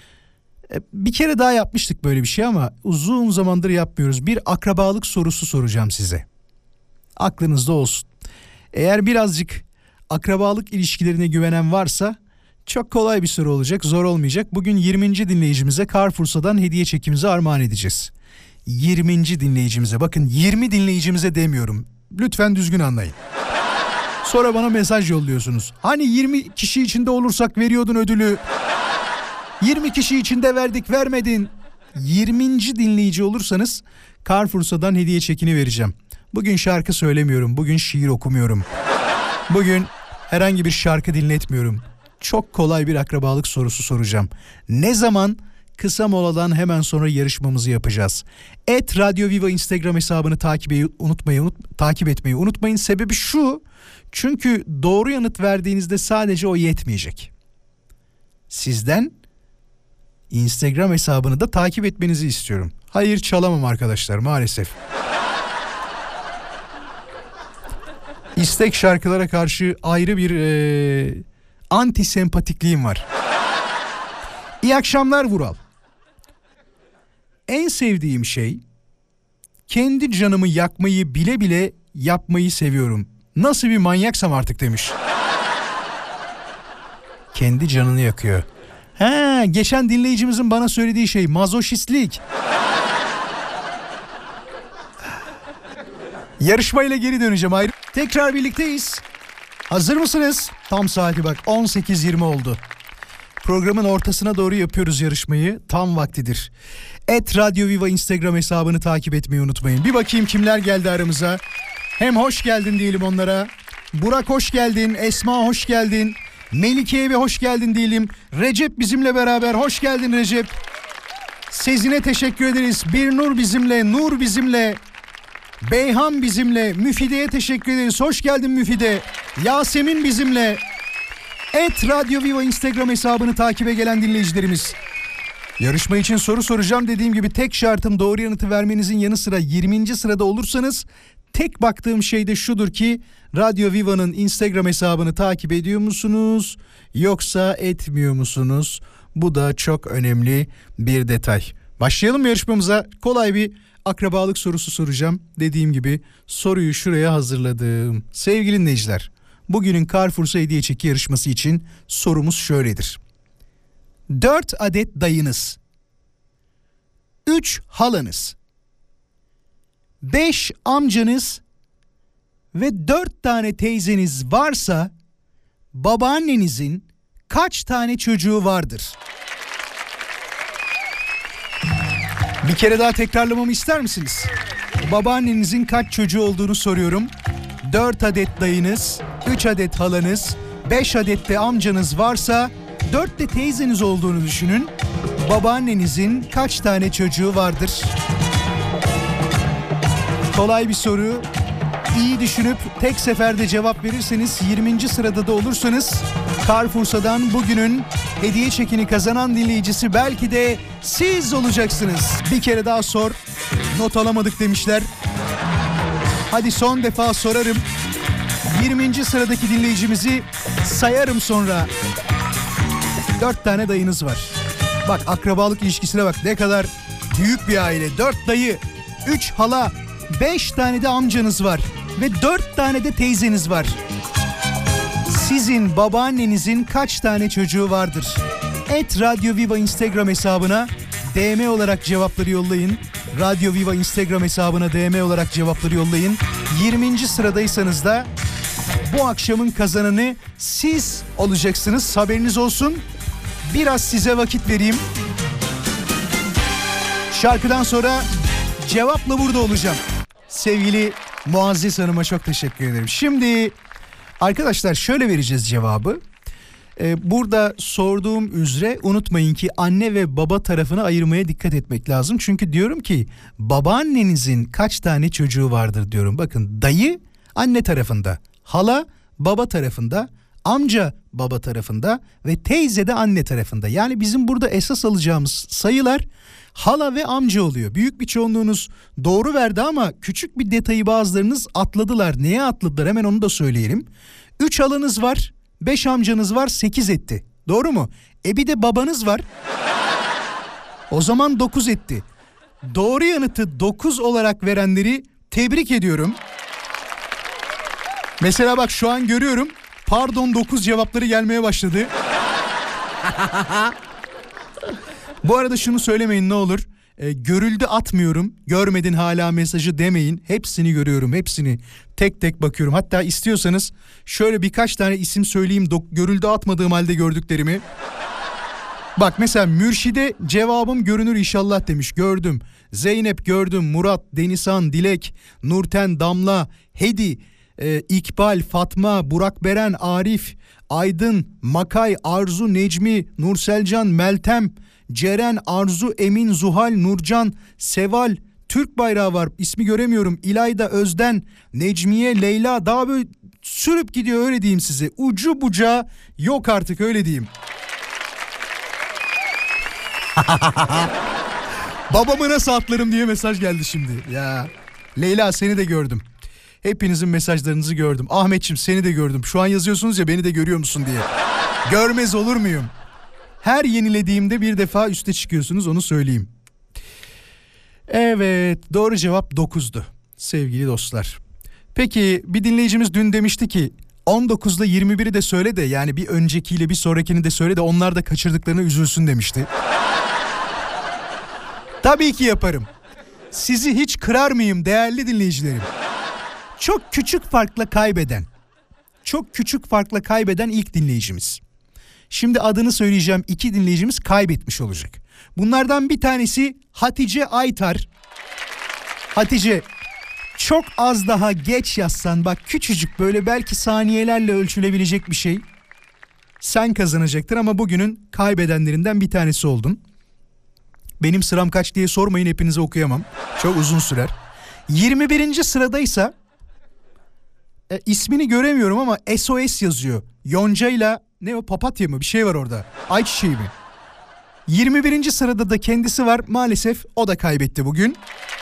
Bir kere daha yapmıştık böyle bir şey ama uzun zamandır yapmıyoruz. Bir akrabalık sorusu soracağım size. Aklınızda olsun. Eğer birazcık akrabalık ilişkilerine güvenen varsa çok kolay bir soru olacak, zor olmayacak. Bugün 20. dinleyicimize Carrefour'dan hediye çekimizi armağan edeceğiz. 20. dinleyicimize, bakın 20 dinleyicimize demiyorum. Lütfen düzgün anlayın. Sonra bana mesaj yolluyorsunuz. Hani 20 kişi içinde olursak veriyordun ödülü. 20 kişi içinde verdik, vermedin. 20. dinleyici olursanız Carrefour'dan hediye çekini vereceğim. Bugün şarkı söylemiyorum, bugün şiir okumuyorum. Bugün herhangi bir şarkı dinletmiyorum. Çok kolay bir akrabalık sorusu soracağım. Ne zaman? Kısa moladan hemen sonra yarışmamızı yapacağız. @Radyo Viva Instagram hesabını takip etmeyi unutmayın. Sebebi şu, çünkü doğru yanıt verdiğinizde sadece o yetmeyecek. Sizden Instagram hesabını da takip etmenizi istiyorum. Hayır çalamam arkadaşlar maalesef. İstek şarkılara karşı ayrı bir anti sempatikliğim var. İyi akşamlar Vural. En sevdiğim şey kendi canımı yakmayı bile bile yapmayı seviyorum. Nasıl bir manyaksam artık demiş. Kendi canını yakıyor. Geçen dinleyicimizin bana söylediği şey mazoşistlik. Yarışmayla geri döneceğim ayrı. Tekrar birlikteyiz. Hazır mısınız? Tam saati bak 18:20 oldu. Programın ortasına doğru yapıyoruz yarışmayı. Tam vaktidir. @Radyo Viva Instagram hesabını takip etmeyi unutmayın. Bir bakayım kimler geldi aramıza. Hem hoş geldin diyelim onlara. Burak hoş geldin. Esma hoş geldin. Melike'ye bir hoş geldin diyelim. Recep bizimle beraber. Hoş geldin Recep. Sezin'e teşekkür ederiz. Birnur bizimle. Nur bizimle. Beyhan bizimle. Müfide'ye teşekkür ederiz. Hoş geldin Müfide. Yasemin bizimle. @Radyo Viva Instagram hesabını takibe gelen dinleyicilerimiz. Yarışma için soru soracağım. Dediğim gibi tek şartım doğru yanıtı vermenizin yanı sıra 20. sırada olursanız tek baktığım şey de şudur ki Radyo Viva'nın Instagram hesabını takip ediyor musunuz yoksa etmiyor musunuz? Bu da çok önemli bir detay. Başlayalım yarışmamıza. Kolay bir akrabalık sorusu soracağım. Dediğim gibi soruyu şuraya hazırladım. Sevgili dinleyiciler, bugünün Carrefour'sa hediye çeki yarışması için sorumuz şöyledir. 4 adet dayınız, 3 halanız, 5 amcanız ve 4 tane teyzeniz varsa babaannenizin kaç tane çocuğu vardır? Bir kere daha tekrarlamamı ister misiniz? Babaannenizin kaç çocuğu olduğunu soruyorum. 4 adet dayınız, 3 adet halanız, 5 adet de amcanız varsa 4 de teyzeniz olduğunu düşünün. Babaannenizin kaç tane çocuğu vardır? Kolay bir soru. İyi düşünüp tek seferde cevap verirseniz 20. sırada da olursanız Carrefour'dan bugünün hediye çekini kazanan dinleyicisi belki de siz olacaksınız. Bir kere daha sor. Not alamadık demişler. Hadi son defa sorarım. 20. sıradaki dinleyicimizi sayarım sonra. 4 tane dayınız var. Bak akrabalık ilişkisine bak, ne kadar büyük bir aile. 4 dayı, 3 hala, 5 tane de amcanız var. ve 4 tane de teyzeniz var. Sizin babaannenizin kaç tane çocuğu vardır? @Radyo Viva Instagram hesabına DM olarak cevapları yollayın. Radyo Viva Instagram hesabına DM olarak cevapları yollayın. 20. sıradaysanız da bu akşamın kazananı siz olacaksınız. Haberiniz olsun. Biraz size vakit vereyim. Şarkıdan sonra cevapla burada olacağım. Sevgili Muazzez Hanım'a çok teşekkür ederim. Şimdi arkadaşlar şöyle vereceğiz cevabı. Burada sorduğum üzere unutmayın ki anne ve baba tarafını ayırmaya dikkat etmek lazım. Çünkü diyorum ki babaannenizin kaç tane çocuğu vardır diyorum. Bakın dayı anne tarafında, hala baba tarafında, amca baba tarafında ve teyze de anne tarafında. Yani bizim burada esas alacağımız sayılar hala ve amca oluyor. Büyük bir çoğunluğunuz doğru verdi ama küçük bir detayı bazılarınız atladılar. Neye atladılar hemen onu da söyleyelim. 3 halanız var, 5 amcanız var, 8 etti. Doğru mu? Bir de babanız var. O zaman 9 etti. Doğru yanıtı 9 olarak verenleri tebrik ediyorum. Mesela bak şu an görüyorum. Pardon 9 cevapları gelmeye başladı. Bu arada şunu söylemeyin ne olur. Görüldü atmıyorum. Görmedin hala mesajı demeyin. Hepsini görüyorum. Hepsini tek tek bakıyorum. Hatta istiyorsanız şöyle birkaç tane isim söyleyeyim. Görüldü atmadığım halde gördüklerimi. Bak mesela Mürşide cevabım görünür inşallah demiş. Gördüm. Zeynep gördüm. Murat, Denizhan, Dilek, Nurten, Damla, Hedi, İkbal, Fatma, Burak Beren, Arif, Aydın, Makay, Arzu, Necmi, Nurselcan, Meltem, Ceren, Arzu, Emin, Zuhal, Nurcan, Seval, Türk bayrağı var ismi göremiyorum. İlayda, Özden, Necmiye, Leyla, daha böyle sürüp gidiyor öyle diyeyim size. Ucu bucağı yok artık öyle diyeyim. Babamı nasıl atlarım diye mesaj geldi şimdi. Ya Leyla seni de gördüm. Hepinizin mesajlarınızı gördüm. Ahmetçim seni de gördüm. Şu an yazıyorsunuz ya beni de görüyor musun diye. Görmez olur muyum? Her yenilediğimde bir defa üste çıkıyorsunuz onu söyleyeyim. Evet doğru cevap 9'du sevgili dostlar. Peki bir dinleyicimiz dün demişti ki 19'la 21'i de söyle de yani bir öncekiyle bir sonrakini de söyle de onlar da kaçırdıklarına üzülsün demişti. Tabii ki yaparım. Sizi hiç kırar mıyım değerli dinleyicilerim? Çok küçük farkla kaybeden ilk dinleyicimiz. Şimdi adını söyleyeceğim 2 dinleyicimiz kaybetmiş olacak. Bunlardan bir tanesi Hatice Aytar. Hatice çok az daha geç yazsan bak küçücük böyle belki saniyelerle ölçülebilecek bir şey. Sen kazanacaktın ama bugünün kaybedenlerinden bir tanesi oldun. Benim sıram kaç diye sormayın hepinize okuyamam. Çok uzun sürer. 21. sıradaysa ismini göremiyorum ama SOS yazıyor. Yonca'yla ne o papatya mı bir şey var orada. Ayçiçeği mi? 21. sırada da kendisi var maalesef o da kaybetti bugün.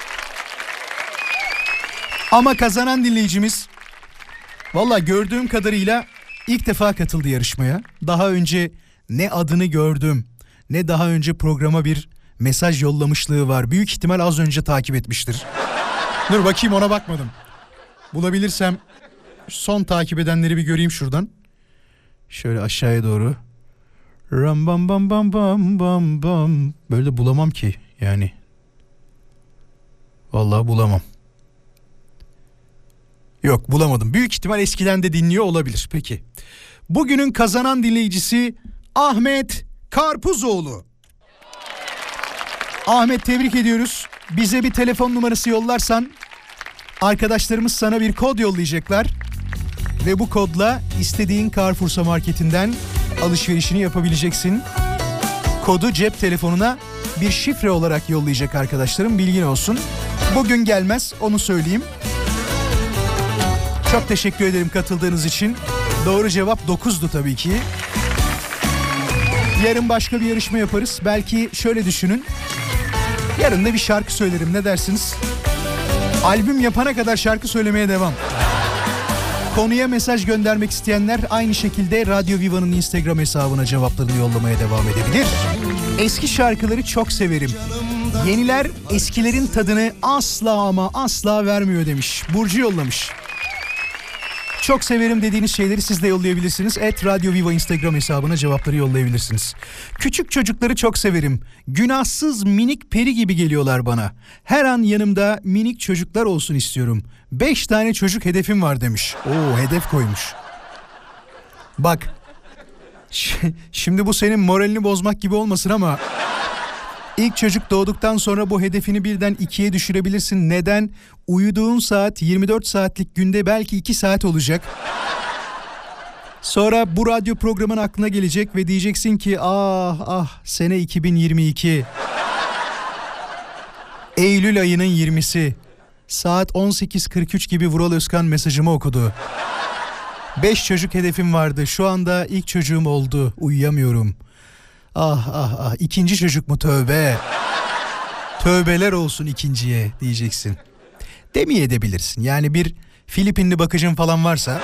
Ama kazanan dinleyicimiz valla gördüğüm kadarıyla ilk defa katıldı yarışmaya. Daha önce ne adını gördüm ne daha önce programa bir mesaj yollamışlığı var. Büyük ihtimal az önce takip etmiştir. Dur bakayım ona bakmadım. Bulabilirsem son takip edenleri bir göreyim şuradan. Şöyle aşağıya doğru. Ram bam bam bam bam bam bam. Böyle de bulamam ki yani. Vallahi bulamam. Yok bulamadım. Büyük ihtimal eskiden de dinliyor olabilir. Peki. Bugünün kazanan dinleyicisi Ahmet Karpuzoğlu. Ahmet tebrik ediyoruz. Bize bir telefon numarası yollarsan arkadaşlarımız sana bir kod yollayacaklar. Ve bu kodla istediğin Carrefour marketinden alışverişini yapabileceksin. Kodu cep telefonuna bir şifre olarak yollayacak arkadaşlarım bilgin olsun. Bugün gelmez onu söyleyeyim. Çok teşekkür ederim katıldığınız için. Doğru cevap 9'du tabii ki. Yarın başka bir yarışma yaparız. Belki şöyle düşünün. Yarın da bir şarkı söylerim ne dersiniz? Albüm yapana kadar şarkı söylemeye devam. Konuya mesaj göndermek isteyenler aynı şekilde Radyo Viva'nın Instagram hesabına cevaplarını yollamaya devam edebilir. Eski şarkıları çok severim. Yeniler eskilerin tadını asla ama asla vermiyor demiş. Burcu yollamış. Çok severim dediğiniz şeyleri siz de yollayabilirsiniz. @Radyo Viva Instagram hesabına cevapları yollayabilirsiniz. Küçük çocukları çok severim. Günahsız minik peri gibi geliyorlar bana. Her an yanımda minik çocuklar olsun istiyorum. 5 tane çocuk hedefim var demiş. Oo, hedef koymuş. Bak. Şimdi bu senin moralini bozmak gibi olmasın ama İlk çocuk doğduktan sonra bu hedefini birden 2'ye düşürebilirsin. Neden? Uyuduğun saat 24 saatlik günde belki 2 saat olacak. Sonra bu radyo programın aklına gelecek ve diyeceksin ki sene 2022. Eylül ayının 20'si. Saat 18.43 gibi Vural Özkan mesajımı okudu. 5 çocuk hedefim vardı. Şu anda ilk çocuğum oldu. Uyuyamıyorum. İkinci çocuk mu, tövbe. Tövbeler olsun ikinciye diyeceksin. Demeyebilirsin. Yani bir Filipinli bakıcın falan varsa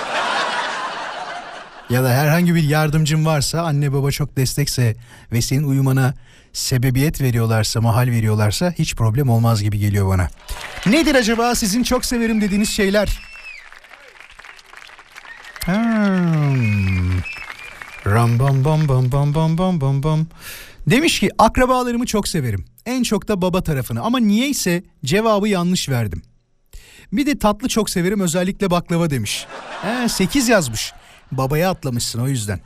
ya da herhangi bir yardımcın varsa, anne baba çok destekse ve senin uyumana sebebiyet veriyorlarsa, mahal veriyorlarsa hiç problem olmaz gibi geliyor bana. Nedir acaba sizin çok severim dediğiniz şeyler? Ram bam bam bam bam bam bam bam bam. Demiş ki akrabalarımı çok severim. En çok da baba tarafını, ama niyeyse cevabı yanlış verdim. Bir de tatlı çok severim, özellikle baklava demiş. 8 yazmış. Babaya atlamışsın o yüzden.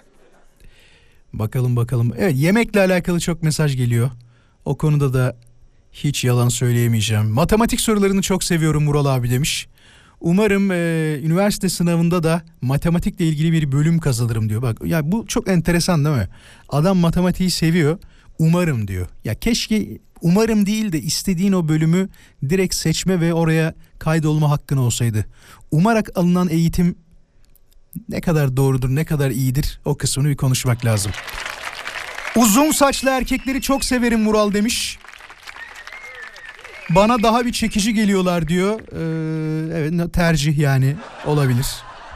Bakalım. Evet, yemekle alakalı çok mesaj geliyor. O konuda da hiç yalan söyleyemeyeceğim. Matematik sorularını çok seviyorum Vural abi demiş. Umarım üniversite sınavında da matematikle ilgili bir bölüm kazanırım diyor. Bak ya, bu çok enteresan değil mi? Adam matematiği seviyor. Umarım diyor. Ya keşke umarım değil de istediğin o bölümü direkt seçme ve oraya kaydolma hakkın olsaydı. Umarak alınan eğitim ne kadar doğrudur, ne kadar iyidir, o kısmını bir konuşmak lazım. Uzun saçlı erkekleri çok severim Vural demiş. Bana daha bir çekici geliyorlar diyor. Evet, tercih yani, olabilir.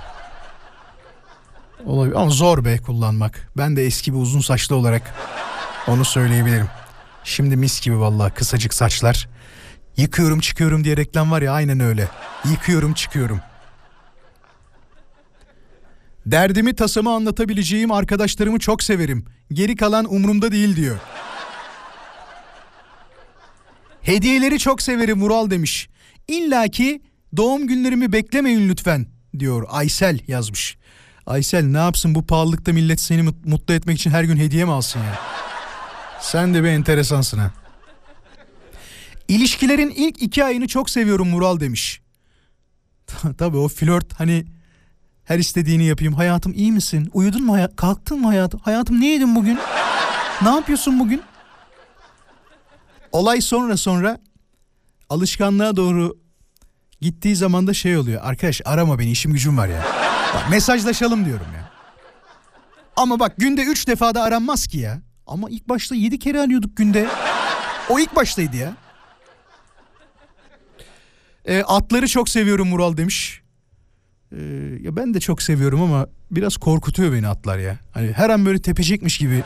Olabilir ama zor be kullanmak. Ben de eski bir uzun saçlı olarak onu söyleyebilirim. Şimdi mis gibi vallahi kısacık saçlar. Yıkıyorum çıkıyorum diye reklam var ya, aynen öyle. Yıkıyorum çıkıyorum. Derdimi tasamı anlatabileceğim arkadaşlarımı çok severim. Geri kalan umurumda değil diyor. Hediyeleri çok severim Vural demiş. İlla ki doğum günlerimi beklemeyin lütfen diyor. Aysel yazmış. Aysel ne yapsın, bu pahalılıkta millet seni mutlu etmek için her gün hediye mi alsın ya? Sen de bir enteresansın ha. İlişkilerin ilk 2 ayını çok seviyorum Vural demiş. Tabii o flört, hani her istediğini yapayım. Hayatım iyi misin? Uyudun mu? Kalktın mı hayatım? Hayatım ne yedin bugün? Ne yapıyorsun bugün? Olay sonra alışkanlığa doğru gittiği zaman da şey oluyor. Arkadaş arama beni, işim gücüm var ya. Bak, mesajlaşalım diyorum ya. Ama bak, günde 3 defa da aranmaz ki ya. Ama ilk başta 7 kere arıyorduk günde. O ilk baştaydı ya. Atları çok seviyorum Vural demiş. Ya ben de çok seviyorum ama biraz korkutuyor beni atlar ya. Hani her an böyle tepecekmiş gibi.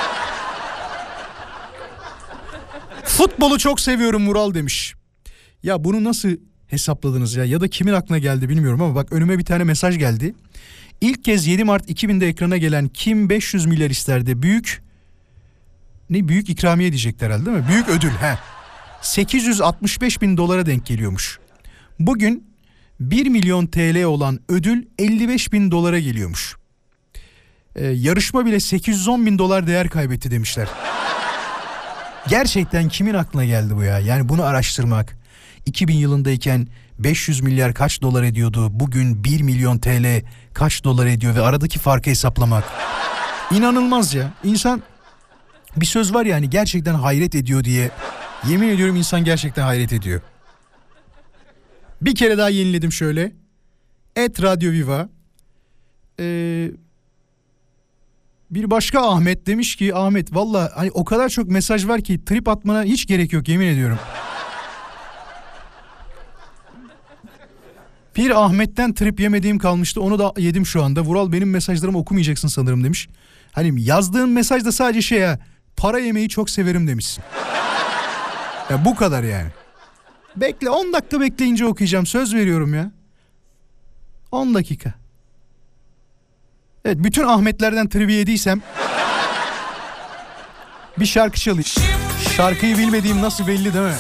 Futbolu çok seviyorum Vural demiş. Ya bunu nasıl hesapladınız ya? Ya da kimin aklına geldi bilmiyorum ama bak, önüme bir tane mesaj geldi. İlk kez 7 Mart 2000'de ekrana gelen Kim 500 milyar isterdi? Büyük ikramiye diyecekler herhalde değil mi? Büyük ödül. 865 bin dolara denk geliyormuş. Bugün 1 milyon TL olan ödül 55 bin dolara geliyormuş. Yarışma bile 810 bin dolar değer kaybetti demişler. Gerçekten kimin aklına geldi bu ya? Yani bunu araştırmak. 2000 yılındayken 500 milyar kaç dolar ediyordu? Bugün 1 milyon TL kaç dolar ediyor ve aradaki farkı hesaplamak. İnanılmaz ya. İnsan, bir söz var ya hani, gerçekten hayret ediyor diye. Yemin ediyorum insan gerçekten hayret ediyor. Bir kere daha yeniledim şöyle. @Radyo Viva. Bir başka Ahmet demiş ki, Ahmet valla hani o kadar çok mesaj var ki trip atmana hiç gerek yok, yemin ediyorum. Bir Ahmet'ten trip yemediğim kalmıştı, onu da yedim şu anda. Vural benim mesajlarımı okumayacaksın sanırım demiş. Hani yazdığın mesajda sadece para yemeyi çok severim demişsin. Ya bu kadar yani. Bekle, 10 dakika bekleyince okuyacağım, söz veriyorum ya. 10 dakika. Evet, bütün Ahmetlerden trivia yediysem bir şarkı çalayım. Şarkıyı bilmediğim nasıl belli değil mi?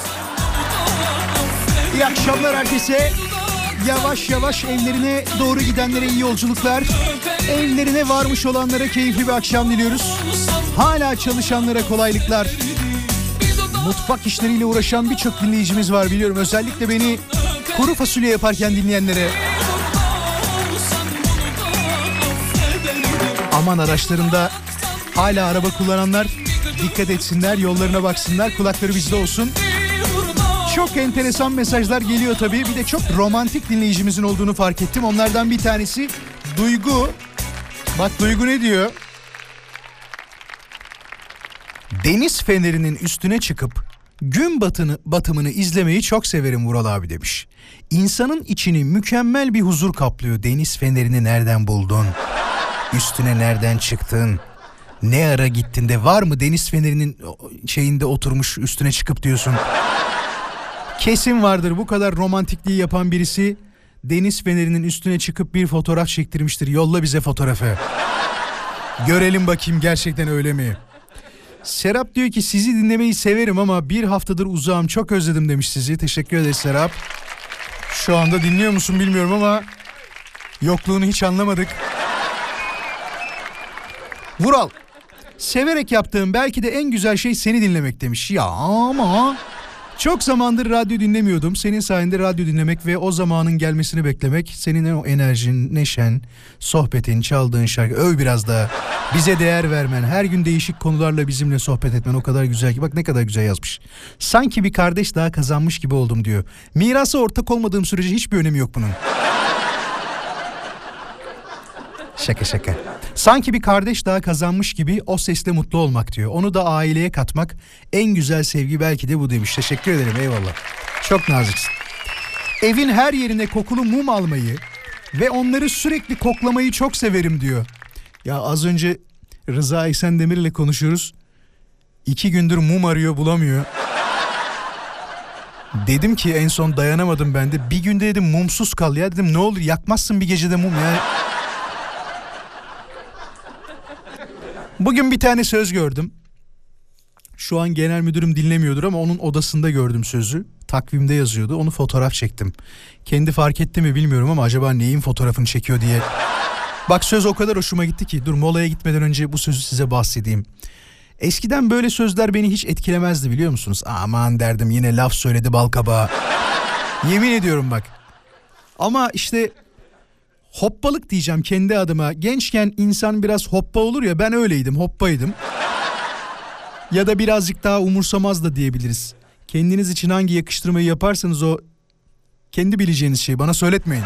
İyi akşamlar herkese. Yavaş yavaş evlerine doğru gidenlere iyi yolculuklar. Evlerine varmış olanlara keyifli bir akşam diliyoruz. Hala çalışanlara kolaylıklar. Mutfak işleriyle uğraşan birçok dinleyicimiz var biliyorum. Özellikle beni kuru fasulye yaparken dinleyenlere. Aman araçlarında hala araba kullananlar dikkat etsinler, yollarına baksınlar, kulakları bizde olsun. Çok enteresan mesajlar geliyor tabii. Bir de çok romantik dinleyicimizin olduğunu fark ettim. Onlardan bir tanesi Duygu. Bak Duygu ne diyor? Deniz fenerinin üstüne çıkıp gün batımını izlemeyi çok severim Vural abi demiş. İnsanın içini mükemmel bir huzur kaplıyor. Deniz fenerini nereden buldun? Üstüne nereden çıktın? Ne ara gittin de var mı deniz fenerinin şeyinde oturmuş üstüne çıkıp diyorsun. Kesin vardır, bu kadar romantikliği yapan birisi deniz fenerinin üstüne çıkıp bir fotoğraf çektirmiştir. Yolla bize fotoğrafı. Görelim bakayım gerçekten öyle mi? Serap diyor ki sizi dinlemeyi severim ama bir haftadır uzağım, çok özledim demiş sizi. Teşekkür ederiz Serap. Şu anda dinliyor musun bilmiyorum ama yokluğunu hiç anlamadık. Vural, severek yaptığım belki de en güzel şey seni dinlemek demiş. Ya ama çok zamandır radyo dinlemiyordum. Senin sayende radyo dinlemek ve o zamanın gelmesini beklemek. Senin o enerjin, neşen, sohbetin, çaldığın şarkı. Öv biraz daha. Bize değer vermen, her gün değişik konularla bizimle sohbet etmen o kadar güzel ki. Bak ne kadar güzel yazmış. Sanki bir kardeş daha kazanmış gibi oldum diyor. Mirası ortak olmadığım sürece hiçbir önemi yok bunun. Şaka şaka. Sanki bir kardeş daha kazanmış gibi o sesle mutlu olmak diyor. Onu da aileye katmak en güzel sevgi belki de bu demiş. Teşekkür ederim, eyvallah. Çok naziksin. Evin her yerine kokulu mum almayı ve onları sürekli koklamayı çok severim diyor. Ya az önce Rıza Eksendemir'le ile konuşuyoruz. 2 gündür mum arıyor, bulamıyor. Dedim ki en son dayanamadım ben de. Bir günde dedim mumsuz kal ya, dedim ne olur yakmazsın bir gecede mum ya. Bugün bir tane söz gördüm. Şu an genel müdürüm dinlemiyordur ama onun odasında gördüm sözü. Takvimde yazıyordu. Onu fotoğraf çektim. Kendi fark etti mi bilmiyorum ama acaba neyin fotoğrafını çekiyor diye. Bak söz o kadar hoşuma gitti ki. Dur molaya gitmeden önce bu sözü size bahsedeyim. Eskiden böyle sözler beni hiç etkilemezdi biliyor musunuz? Aman derdim yine laf söyledi balkabağı. Yemin ediyorum bak. Ama işte hoppalık diyeceğim kendi adıma. Gençken insan biraz hoppa olur ya, ben öyleydim, hoppaydım. Ya da birazcık daha umursamaz da diyebiliriz. Kendiniz için hangi yakıştırmayı yaparsanız o kendi bileceğiniz şeyi bana söyletmeyin.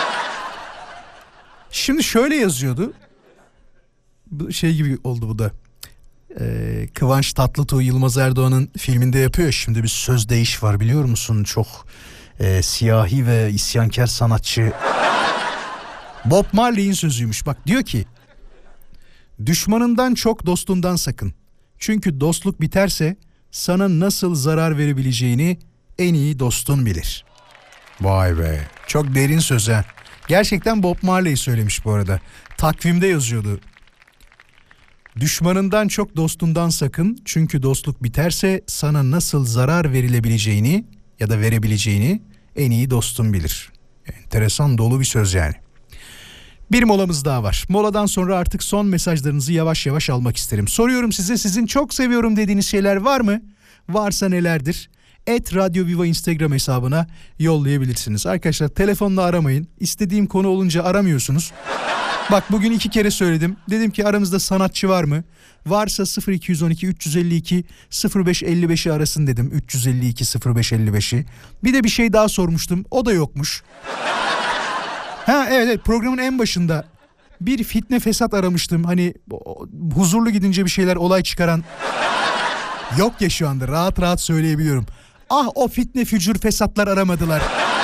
Şimdi şöyle yazıyordu. Şey gibi oldu bu da. Kıvanç Tatlıtuğ Yılmaz Erdoğan'ın filminde yapıyor. Şimdi bir söz değiş var biliyor musun? Çok siyahi ve isyankar sanatçı. Bob Marley'in sözüymüş. Bak diyor ki: düşmanından çok dostundan sakın. Çünkü dostluk biterse sana nasıl zarar verebileceğini en iyi dostun bilir. Vay be, çok derin söz ha. Gerçekten Bob Marley söylemiş bu arada. Takvimde yazıyordu. Düşmanından çok dostundan sakın. Çünkü dostluk biterse sana nasıl zarar verilebileceğini ya da verebileceğini en iyi dostun bilir. Enteresan, dolu bir söz yani. Bir molamız daha var. Moladan sonra artık son mesajlarınızı yavaş yavaş almak isterim. Soruyorum size, sizin çok seviyorum dediğiniz şeyler var mı? Varsa nelerdir? @Radyo Viva Instagram hesabına yollayabilirsiniz. Arkadaşlar telefonla aramayın. İstediğim konu olunca aramıyorsunuz. Bak bugün 2 kere söyledim. Dedim ki aramızda sanatçı var mı? Varsa 0212 352 0555'i arasın dedim. 352 0555'i. Bir de bir şey daha sormuştum. O da yokmuş. Ha evet, programın en başında bir fitne fesat aramıştım. Hani huzurlu gidince bir şeyler olay çıkaran. Yok ya, şu anda rahat rahat söyleyebiliyorum. Ah o fitne fücur fesatlar aramadılar.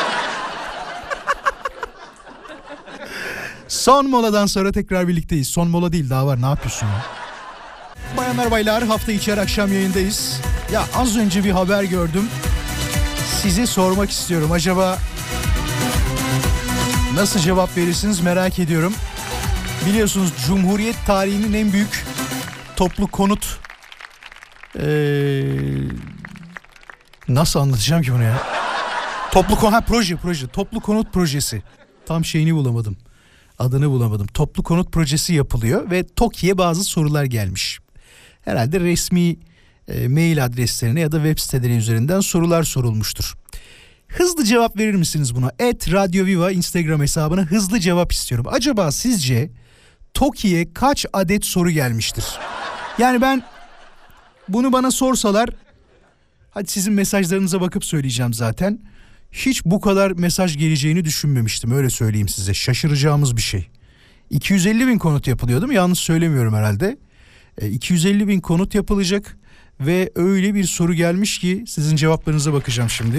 Son moladan sonra tekrar birlikteyiz. Son mola değil, daha var, ne yapıyorsun ya? Bayanlar baylar, hafta içi her akşam yayındayız. Ya az önce bir haber gördüm. Size sormak istiyorum, acaba Nasıl cevap verirsiniz merak ediyorum. Biliyorsunuz Cumhuriyet tarihinin en büyük toplu konut... nasıl anlatacağım ki bunu ya? Proje. Toplu konut projesi. Tam şeyini bulamadım. Adını bulamadım. Toplu konut projesi yapılıyor ve TOKİ'ye bazı sorular gelmiş. Herhalde resmi mail adreslerine ya da web siteleri üzerinden sorular sorulmuştur. Hızlı cevap verir misiniz buna? @radyoviva Instagram hesabına hızlı cevap istiyorum. Acaba sizce TOKİ'ye kaç adet soru gelmiştir? Yani ben bunu bana sorsalar, hadi sizin mesajlarınıza bakıp söyleyeceğim zaten. Hiç bu kadar mesaj geleceğini düşünmemiştim, öyle söyleyeyim size. Şaşıracağımız bir şey. 250 bin konut yapılıyor değil mi? Yanlış söylemiyorum herhalde. 250 bin konut yapılacak ve öyle bir soru gelmiş ki sizin cevaplarınıza bakacağım şimdi.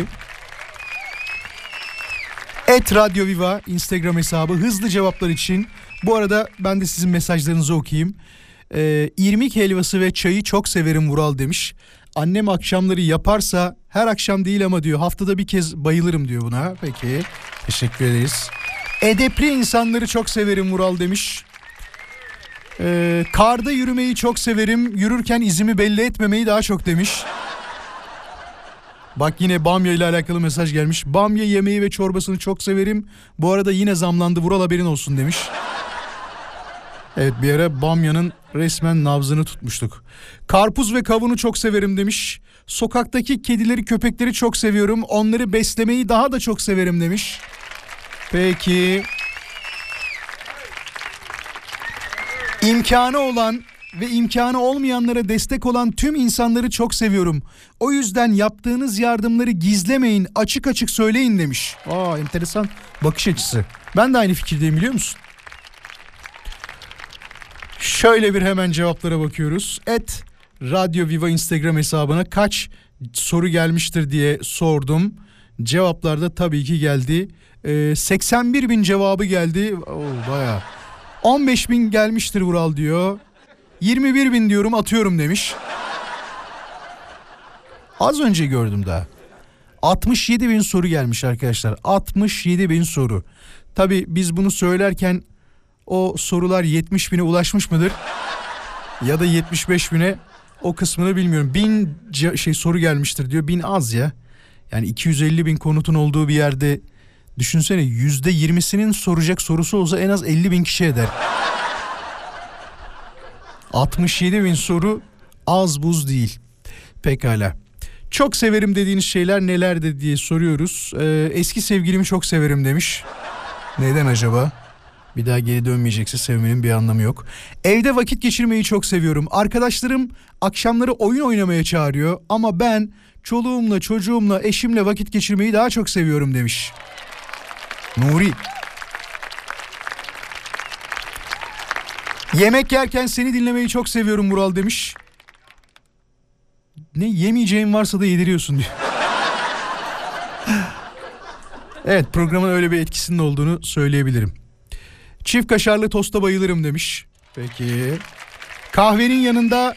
@radyoviva Instagram hesabı hızlı cevaplar için. Bu arada ben de sizin mesajlarınızı okuyayım. İrmik helvası ve çayı çok severim Vural demiş. Annem akşamları yaparsa, her akşam değil ama diyor, haftada bir kez bayılırım diyor buna. Peki, teşekkür ederiz. Edepli insanları çok severim Vural demiş. Karda yürümeyi çok severim, yürürken izimi belli etmemeyi daha çok demiş. Bak yine bamya ile alakalı mesaj gelmiş. Bamya yemeği ve çorbasını çok severim. Bu arada yine zamlandı Vural, haberin olsun demiş. Evet, bir ara bamyanın resmen nabzını tutmuştuk. Karpuz ve kavunu çok severim demiş. Sokaktaki kedileri, köpekleri çok seviyorum. Onları beslemeyi daha da çok severim demiş. Peki. İmkanı olan ve imkanı olmayanlara destek olan tüm insanları çok seviyorum. O yüzden yaptığınız yardımları gizlemeyin, açık açık söyleyin demiş. Enteresan bakış açısı. Ben de aynı fikirdeyim, biliyor musun? Şöyle bir hemen cevaplara bakıyoruz. @radyoviva Instagram hesabına kaç soru gelmiştir diye sordum. Cevaplar da tabii ki geldi. 81 bin cevabı geldi. Bayağı. 15 bin gelmiştir Vural diyor. 21 bin diyorum, atıyorum demiş. Az önce gördüm daha. 67 bin soru gelmiş arkadaşlar. 67 bin soru. Tabii biz bunu söylerken o sorular 70 bine ulaşmış mıdır? Ya da 75 bine, o kısmını bilmiyorum. 1000 soru gelmiştir diyor. 1000 az ya. Yani 250 bin konutun olduğu bir yerde düşünsene, %20'sinin soracak sorusu olsa en az 50 bin kişi eder. 67 bin soru az buz değil. Pekala. Çok severim dediğiniz şeyler nelerdir diye soruyoruz. Eski sevgilimi çok severim demiş. Neden acaba? Bir daha geri dönmeyecekse sevmenin bir anlamı yok. Evde vakit geçirmeyi çok seviyorum. Arkadaşlarım akşamları oyun oynamaya çağırıyor ama ben çoluğumla, çocuğumla, eşimle vakit geçirmeyi daha çok seviyorum demiş. Nuri. Yemek yerken seni dinlemeyi çok seviyorum Vural demiş. Ne yemeyeceğin varsa da yediriyorsun diyor. Evet, programın öyle bir etkisinin olduğunu söyleyebilirim. Çift kaşarlı tosta bayılırım demiş. Peki. Kahvenin yanında...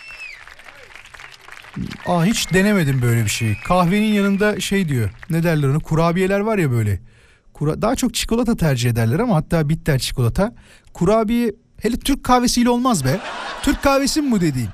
hiç denemedim böyle bir şey. Kahvenin yanında şey diyor. Ne derler ona? Kurabiyeler var ya böyle. Daha çok çikolata tercih ederler ama hatta bitter çikolata. Kurabiye hele Türk kahvesiyle olmaz be. Türk kahvesi mi bu dediğin?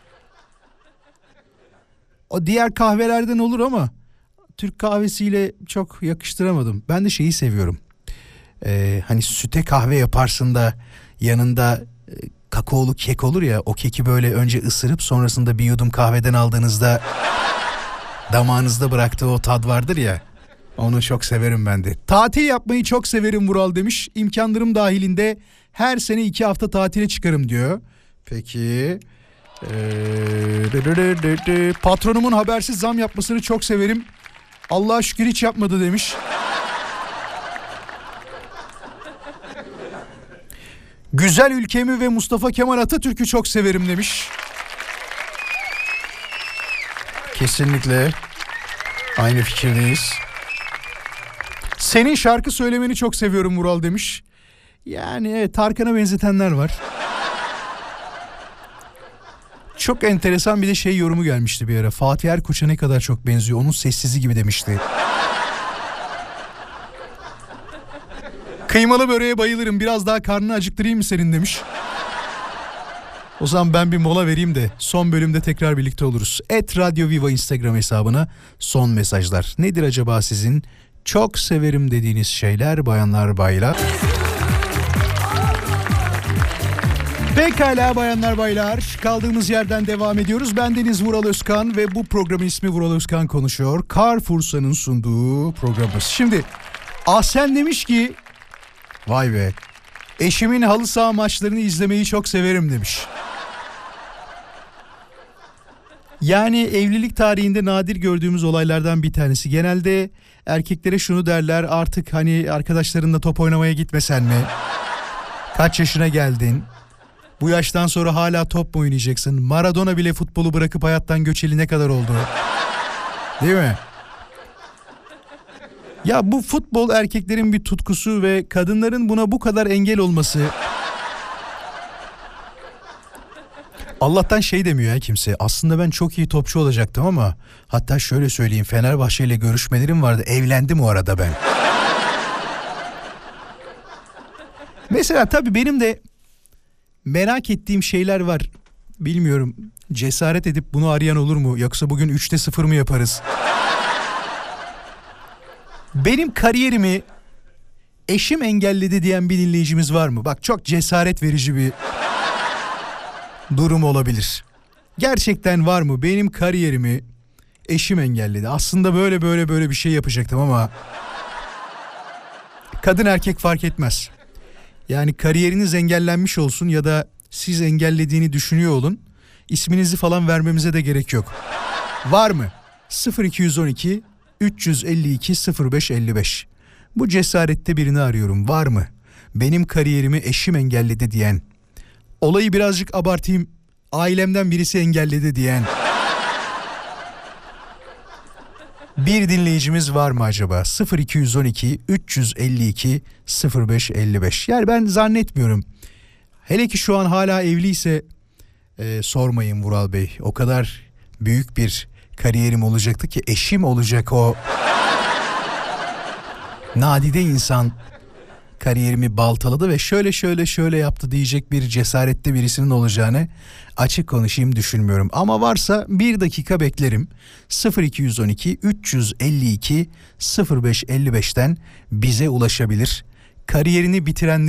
O diğer kahvelerden olur ama Türk kahvesiyle çok yakıştıramadım. Ben de şeyi seviyorum. Hani süte kahve yaparsın da yanında kakaolu kek olur ya, o keki böyle önce ısırıp sonrasında bir yudum kahveden aldığınızda damağınızda bıraktığı o tad vardır ya, onu çok severim ben de. Tatil yapmayı çok severim Vural demiş. İmkanlarım dahilinde her sene 2 hafta tatile çıkarım diyor. Peki. Patronumun habersiz zam yapmasını çok severim. Allah'a şükür hiç yapmadı demiş. Güzel ülkemi ve Mustafa Kemal Atatürk'ü çok severim demiş. Kesinlikle aynı fikirdeyiz. Senin şarkı söylemeni çok seviyorum Vural demiş. Yani evet, Tarkan'a benzetenler var. Çok enteresan bir de şey yorumu gelmişti bir ara. Fatih Erkoç'a ne kadar çok benziyor, onun sessizi gibi demişti. Kıymalı böreğe bayılırım, biraz daha karnını acıktırayım mı senin demiş. O zaman ben bir mola vereyim de son bölümde tekrar birlikte oluruz. @Radyo Viva Instagram hesabına son mesajlar. Nedir acaba sizin çok severim dediğiniz şeyler bayanlar baylar? Pekala bayanlar baylar, kaldığımız yerden devam ediyoruz. Bendeniz Vural Özkan ve bu programın ismi Vural Özkan Konuşuyor. Carrefour'un sunduğu programımız. Şimdi Ahsen demiş ki vay be, eşimin halı saha maçlarını izlemeyi çok severim demiş. Yani evlilik tarihinde nadir gördüğümüz olaylardan bir tanesi. Genelde erkeklere şunu derler, artık hani arkadaşlarınla top oynamaya gitmesen mi? Kaç yaşına geldin? Bu yaştan sonra hala top mu oynayacaksın? Maradona bile futbolu bırakıp hayattan göçeli ne kadar oldu? Değil mi? Ya bu futbol erkeklerin bir tutkusu ve kadınların buna bu kadar engel olması. Allah'tan şey demiyor ya kimse. Aslında ben çok iyi topçu olacaktım ama hatta şöyle söyleyeyim, Fenerbahçe ile görüşmelerim vardı. Evlendim o arada ben. Mesela tabii benim de merak ettiğim şeyler var. Bilmiyorum, cesaret edip bunu arayan olur mu? Yoksa bugün 3'te 0 mı yaparız? Benim kariyerimi eşim engelledi diyen bir dinleyicimiz var mı? Bak, çok cesaret verici bir durum olabilir. Gerçekten var mı? Benim kariyerimi eşim engelledi. Aslında böyle bir şey yapacaktım ama kadın erkek fark etmez. Yani kariyeriniz engellenmiş olsun ya da siz engellediğini düşünüyor olun. İsminizi falan vermemize de gerek yok. Var mı? 0212 352 0555. Bu cesarette birini arıyorum. Var mı? Benim kariyerimi eşim engelledi diyen. Olayı birazcık abartayım, ailemden birisi engelledi diyen bir dinleyicimiz var mı acaba? 0212 352 0555. Yani ben zannetmiyorum. Hele ki şu an hala evliyse sormayın Vural Bey. O kadar büyük bir kariyerim olacaktı ki, eşim olacak o nadide insan kariyerimi baltaladı ve şöyle yaptı diyecek bir cesarette birisinin olacağını açık konuşayım düşünmüyorum. Ama varsa bir dakika beklerim. 0212 352 0555'ten bize ulaşabilir. Kariyerini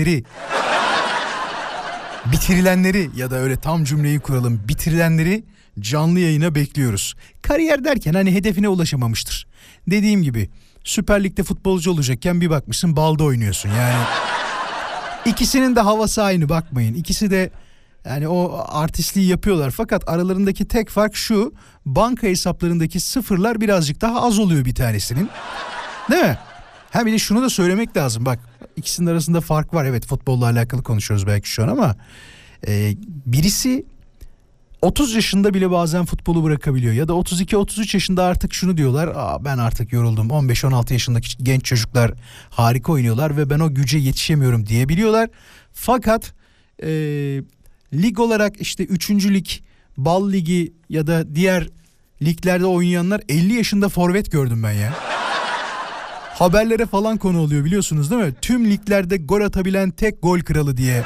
bitirilenleri ya da öyle tam cümleyi kuralım, bitirilenleri canlı yayına bekliyoruz. Kariyer derken hani hedefine ulaşamamıştır. Dediğim gibi Süper Lig'de futbolcu olacakken bir bakmışsın balda oynuyorsun yani. İkisinin de havası aynı, bakmayın. İkisi de yani o artistliği yapıyorlar, fakat aralarındaki tek fark şu: banka hesaplarındaki sıfırlar birazcık daha az oluyor bir tanesinin. Değil mi? Ha bir de şunu da söylemek lazım, bak ikisinin arasında fark var. Evet, futbolla alakalı konuşuyoruz belki şu an ama birisi 30 yaşında bile bazen futbolu bırakabiliyor ya da 32-33 yaşında artık şunu diyorlar: ben artık yoruldum, 15-16 yaşındaki genç çocuklar harika oynuyorlar ve ben o güce yetişemiyorum diyebiliyorlar. Fakat lig olarak işte 3. lig, Bal Ligi ya da diğer liglerde oynayanlar 50 yaşında forvet gördüm ben ya. Haberlere falan konu oluyor, biliyorsunuz değil mi? Tüm liglerde gol atabilen tek gol kralı diye.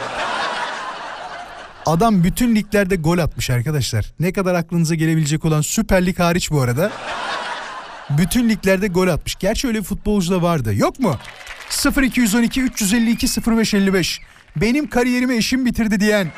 Adam bütün liglerde gol atmış arkadaşlar. Ne kadar aklınıza gelebilecek olan Süper Lig hariç bu arada. Bütün liglerde gol atmış. Gerçi öyle bir futbolcu da vardı. Yok mu? 0212 352 0555. Benim kariyerimi eşim bitirdi diyen.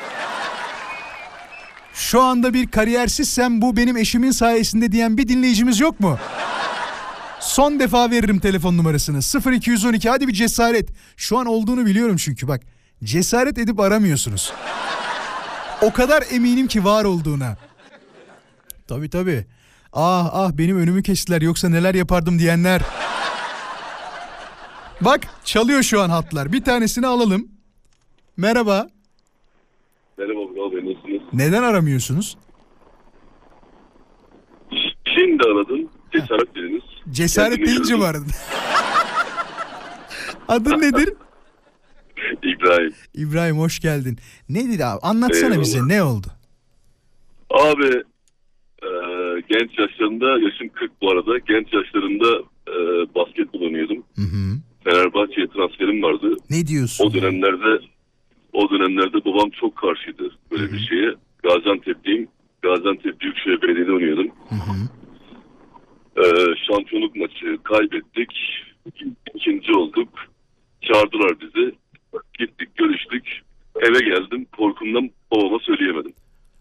Şu anda bir kariyersizsem bu benim eşimin sayesinde diyen bir dinleyicimiz yok mu? Son defa veririm telefon numarasını. 0212, hadi bir cesaret. Şu an olduğunu biliyorum çünkü bak. Cesaret edip aramıyorsunuz. O kadar eminim ki var olduğuna. Tabii. Ah benim önümü kestiler, yoksa neler yapardım diyenler. Bak çalıyor şu an hatlar. Bir tanesini alalım. Merhaba. Merhaba Vural Bey, nasılsınız? Neden aramıyorsunuz? Şimdi aradım. Cesaret dediniz. Cesaret deyince mi aradın? Adın nedir? İbrahim. İbrahim, hoş geldin. Nedir abi? Anlatsana Eyvallah. bize, ne oldu? Abi genç yaşlarında, yaşım 40 bu arada. Genç yaşlarında basketbol oynuyordum. Hı. Fenerbahçe'ye transferim vardı. Ne diyorsun? O dönemlerde babam çok karşıydı böyle bir şeye. Gaziantep'teyim. Gaziantep Büyükşehir Belediye'de oynuyordum. Şampiyonluk maçı kaybettik. İkinci olduk. Çağırdılar bizi. Gittik, görüştük. Eve geldim. Korkumdan babama söyleyemedim.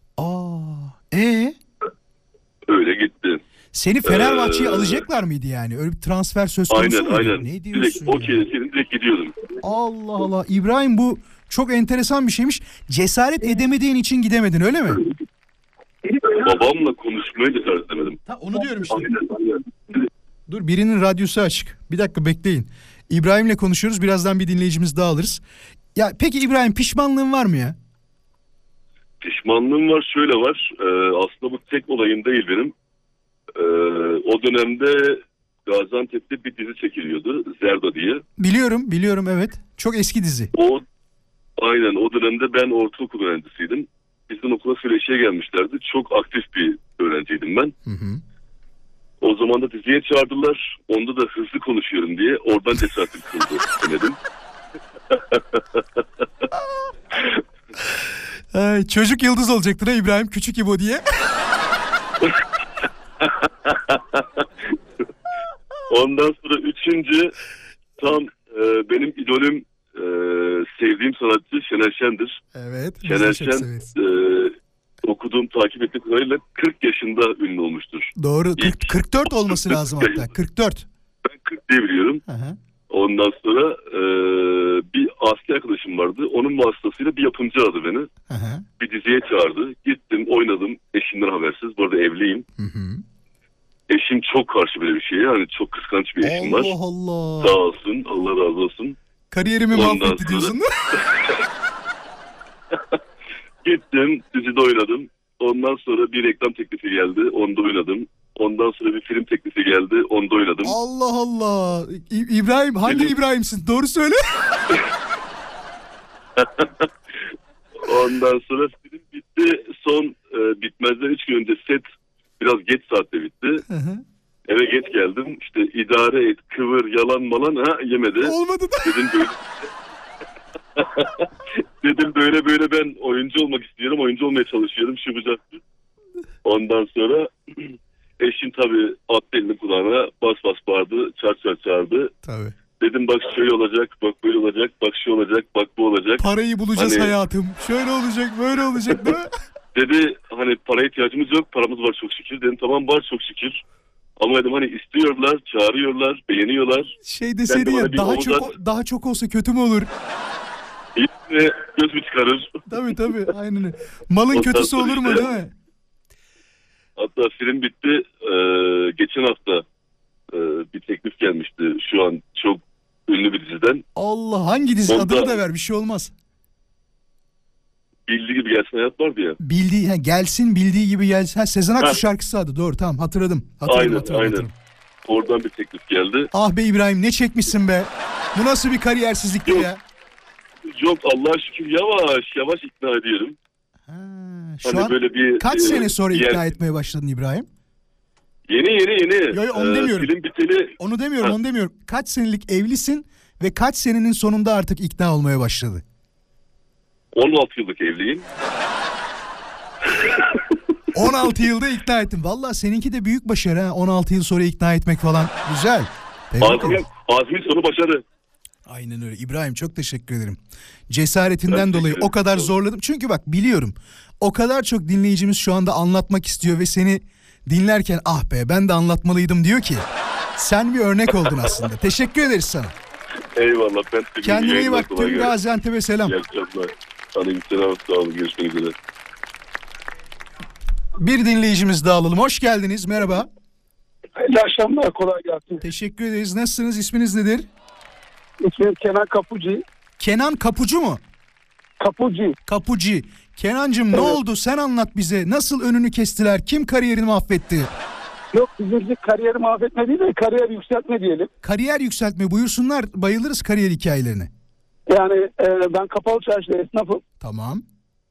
Öyle gitti. Seni Fenerbahçe'ye alacaklar mıydı yani? Öyle bir transfer söz konusu muydu? Aynen. Ne diyorsun? Direkt gidiyordum. Allah Allah. İbrahim, bu çok enteresan bir şeymiş. Cesaret edemediğin için gidemedin, öyle mi? Babamla konuşmayı cesaret edemedim. Onu diyorum işte. Dur, birinin radyosu açık. Bir dakika bekleyin. İbrahim'le konuşuyoruz. Birazdan bir dinleyicimiz daha alırız. Ya peki İbrahim, pişmanlığın var mı ya? Pişmanlığım var, şöyle var. Aslında bu tek olayım değil benim. O dönemde Gaziantep'te bir dizi çekiliyordu. Zerda diye. Biliyorum evet. Çok eski dizi. Aynen o dönemde ben ortaokul öğrencisiydim. Bizim okula söyleşiye gelmişlerdi. Çok aktif bir öğrenciydim ben. O zaman da diziye çağırdılar. Onda da hızlı konuşuyorum diye oradan cesaretim kırıldı demedim. Çocuk yıldız olacaktı ha İbrahim, küçük İbo diye. Ondan sonra üçüncü tam benim idolüm, sevdiğim sanatçı Şener Şen'dir. Evet. Şener Şen okuduğum, takip ettiğim kadarıyla 40 yaşında ünlü olmuştur. Doğru. 44 olması lazım hatta. 44. Ben 40 diye biliyorum. Ondan sonra bir asker arkadaşım vardı. Onun vasıtasıyla bir yapımcı aradı beni. Bir diziye çağırdı. Gittim, oynadım. Eşimden habersiz. Bu arada evliyim. Eşim çok karşı böyle bir şeye. Hani çok kıskanç bir eşim var. Allah Allah. Sağ olsun. Allah razı olsun. Kariyerimi mahvetti diyorsun. Gittim, dizide oynadım. Ondan sonra bir reklam teklifi geldi. Onda oynadım. Ondan sonra bir film teklifi geldi. Onda oynadım. Allah Allah. İbrahim, hangi İbrahim'sin? Doğru söyle. Ondan sonra film bitti. Son bitmezden 3 gün önce set biraz geç saatte bitti. Eve geç geldim. İşte idare et, kıvır, yalan malan yemedi. Olmadı da. Dedim böyle ben oyuncu olmak istiyorum. Oyuncu olmaya çalışıyorum. Şu bucaktı. Ondan sonra eşim tabii attı elini kulağına, bas bağırdı, çar çağırdı. Tabii. Dedim bak şöyle olacak, bak böyle olacak, bak şu olacak, bak bu olacak. Parayı bulacağız hayatım. Şöyle olacak, böyle olacak değil mi? Dedi hani paraya ihtiyacımız yok, paramız var çok şükür. Dedim tamam, var çok şükür. Ama dedim hani istiyorlar, çağırıyorlar, beğeniyorlar. Deseydi ya, daha çok olsa kötü mü olur? Yine göz mü çıkarır? Tabii aynen. Malın kötüsü olur mu değil mi? Hatta film bitti. Geçen hafta bir teklif gelmişti. Şu an çok ünlü bir diziden. Allah, hangi dizi? Adını da ver, bir şey olmaz. Bildiği gibi gelsin hayat vardı ya. Gelsin bildiği gibi gelsin. Sezen Aksu şarkısı adı. Doğru, tamam, hatırladım. Hatırladım. Oradan bir teklif geldi. Ah be İbrahim, ne çekmişsin be. Bu nasıl bir kariyersizlikti ya? Yok Allah'a şükür yavaş ikna ediyorum. Şu an böyle kaç sene sonra ikna etmeye başladın İbrahim? Yeni. Yok onu demiyorum. Film biteli. Onu demiyorum. Kaç senelik evlisin ve kaç senenin sonunda artık ikna olmaya başladı? 16 yıllık evliyim. 16 yılda ikna ettim. Vallahi seninki de büyük başarı ha. 16 yıl sonra ikna etmek falan. Güzel. Azmin sonu başarı. Aynen öyle. İbrahim, çok teşekkür ederim. Cesaretinden dolayı o kadar zorladım. Çünkü bak, biliyorum o kadar çok dinleyicimiz şu anda anlatmak istiyor ve seni dinlerken ah be ben de anlatmalıydım diyor ki. Sen bir örnek oldun aslında. Teşekkür ederiz sana. Eyvallah. Kendine iyi bak. Tüm Gaziantep'e selam. İyi akşamlar. Aleykümselam. Sağ olun. Görüşmek üzere. Bir dinleyicimiz daha alalım. Hoş geldiniz. Merhaba. İyi akşamlar. Kolay gelsin. Teşekkür ederiz. Nasılsınız? İsminiz nedir? İsmim Kenan Kapıcı. Kenan Kapıcı mı? Kapıcı. Kenancığım, evet. Ne oldu? Sen anlat bize. Nasıl önünü kestiler? Kim kariyerini mahvetti? Yok, bizimki kariyeri mahvetme değil de kariyer yükseltme diyelim. Kariyer yükseltme, buyursunlar. Bayılırız kariyer hikayelerine. Yani ben Kapalı Çarşı'da esnafım. Tamam.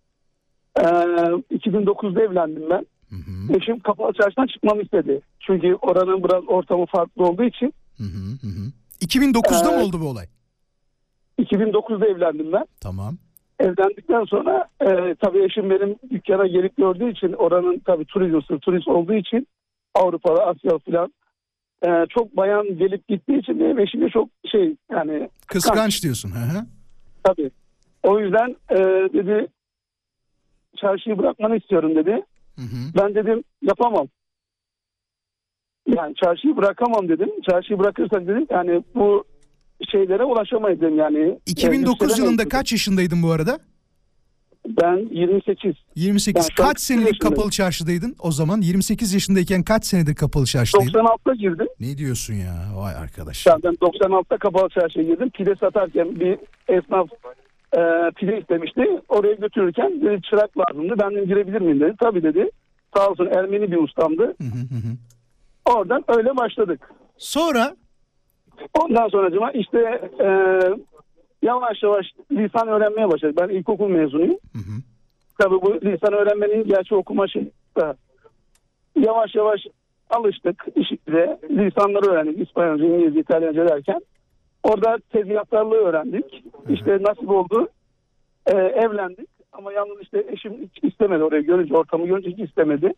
2009'da evlendim ben. Hı. Eşim Kapalı Çarşı'dan çıkmamı istedi. Çünkü oranın biraz ortamı farklı olduğu için. Hı. 2009'da mı oldu bu olay? 2009'da evlendim ben. Tamam. Evlendikten sonra tabii eşim benim dükkana gelip gördüğü için, oranın tabii turist olduğu için, Avrupalı, Asya falan çok bayan gelip gittiği için benim eşime çok yani kıskanç diyorsun. Hı. Tabii. O yüzden dedi çarşıyı bırakmanı istiyorum dedi. Hı. Ben dedim yapamam. Yani çarşıyı bırakamam dedim. Çarşıyı bırakırsak dedim yani bu şeylere ulaşamayız dedim yani. 2009 yılında kaç yaşındaydın bu arada? Ben 28. 28. Yani kaç senelik kapalı çarşıdaydın o zaman? 28 yaşındayken kaç senedir kapalı çarşıdaydın? 96'da girdim. Ne diyorsun ya? Vay arkadaş. Ben 96'da kapalı çarşıya girdim. Pide satarken bir esnaf pide istemişti. Oraya götürürken dedi, çırak lazımdı. Ben de girebilir miyim dedi. Tabii dedi. Sağ olsun Ermeni bir ustamdı. Hı. Oradan öyle başladık. Sonra? Ondan sonracıma işte yavaş yavaş lisan öğrenmeye başladık. Ben ilkokul mezunuyum. Hı. Tabii bu lisan öğrenmenin gerçi okuma şeyi da yavaş yavaş alıştık. İşte lisanları öğrendik. İspanyolca, İngilizce, İtalyanca derken. Orada tezgahtarlığı öğrendik. İşte nasip oldu. Evlendik. Ama yalnız işte eşim hiç istemedi orayı görünce, ortamı görünce hiç istemedi.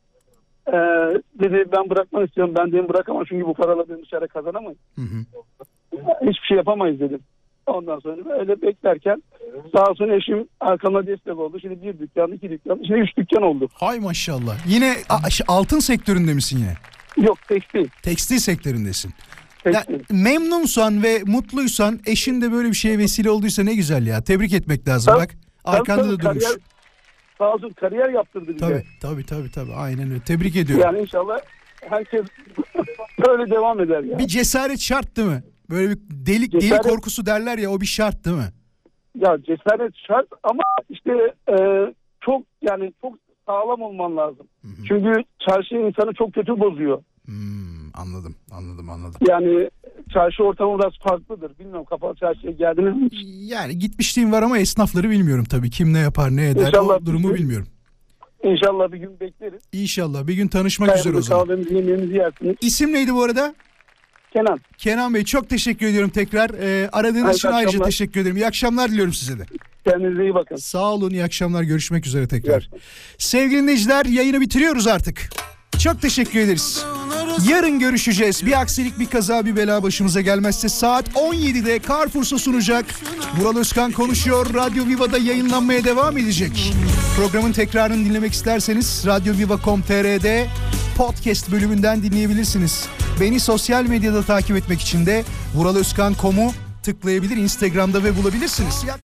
Dedi ben bırakmak istiyorum. Ben dedim bırakamam çünkü bu paraları ben dışarı kazanamayız. Hı. Hiçbir şey yapamayız dedim. Ondan sonra öyle beklerken sağ olsun eşim arkama destek oldu. Şimdi 1 dükkan, 2 dükkan, şimdi 3 dükkan oldu. Hay maşallah. Yine altın sektöründe misin yine? Yok, tekstil. Tekstil sektöründesin. Tekstil. Ya, memnunsan ve mutluysan, eşin de böyle bir şeye vesile olduysa ne güzel ya. Tebrik etmek lazım bak. Arkanda da durmuş. Sağ olsun kariyer yaptırdı bize. Tabii. Aynen öyle. Tebrik ediyorum. Yani inşallah herkes böyle devam eder ya. Bir cesaret şart değil mi? Böyle bir deli korkusu derler ya, o bir şart değil mi? Ya cesaret şart ama işte çok sağlam olman lazım. Hı. Çünkü çarşı insanı çok kötü bozuyor. Anladım. Yani çarşı ortamı biraz farklıdır. Bilmiyorum, kapalı çarşıya geldiniz mi? Yani gitmişliğim var ama esnafları bilmiyorum tabii. Kim ne yapar, ne eder, o durumu bilmiyorum. İnşallah bir gün bekleriz. İnşallah bir gün tanışmak üzere o zaman. Kahvemizi, yemeğimizi yersiniz. İsim neydi bu arada? Kenan. Kenan Bey, çok teşekkür ediyorum tekrar. Aradığınız için ayrıca teşekkür ederim. İyi akşamlar diliyorum size de. Kendinize iyi bakın. Sağ olun, iyi akşamlar. Görüşmek üzere tekrar. Sevgili dinleyiciler, yayını bitiriyoruz artık. Çok teşekkür ederiz. Yarın görüşeceğiz. Bir aksilik, bir kaza, bir bela başımıza gelmezse saat 17'de Carrefour'sa sunacak. Vural Özkan konuşuyor. Radyo Viva'da yayınlanmaya devam edecek. Programın tekrarını dinlemek isterseniz radyoviva.com.tr'de podcast bölümünden dinleyebilirsiniz. Beni sosyal medyada takip etmek için de vuralozkan.com'u tıklayabilir, Instagram'da ve bulabilirsiniz.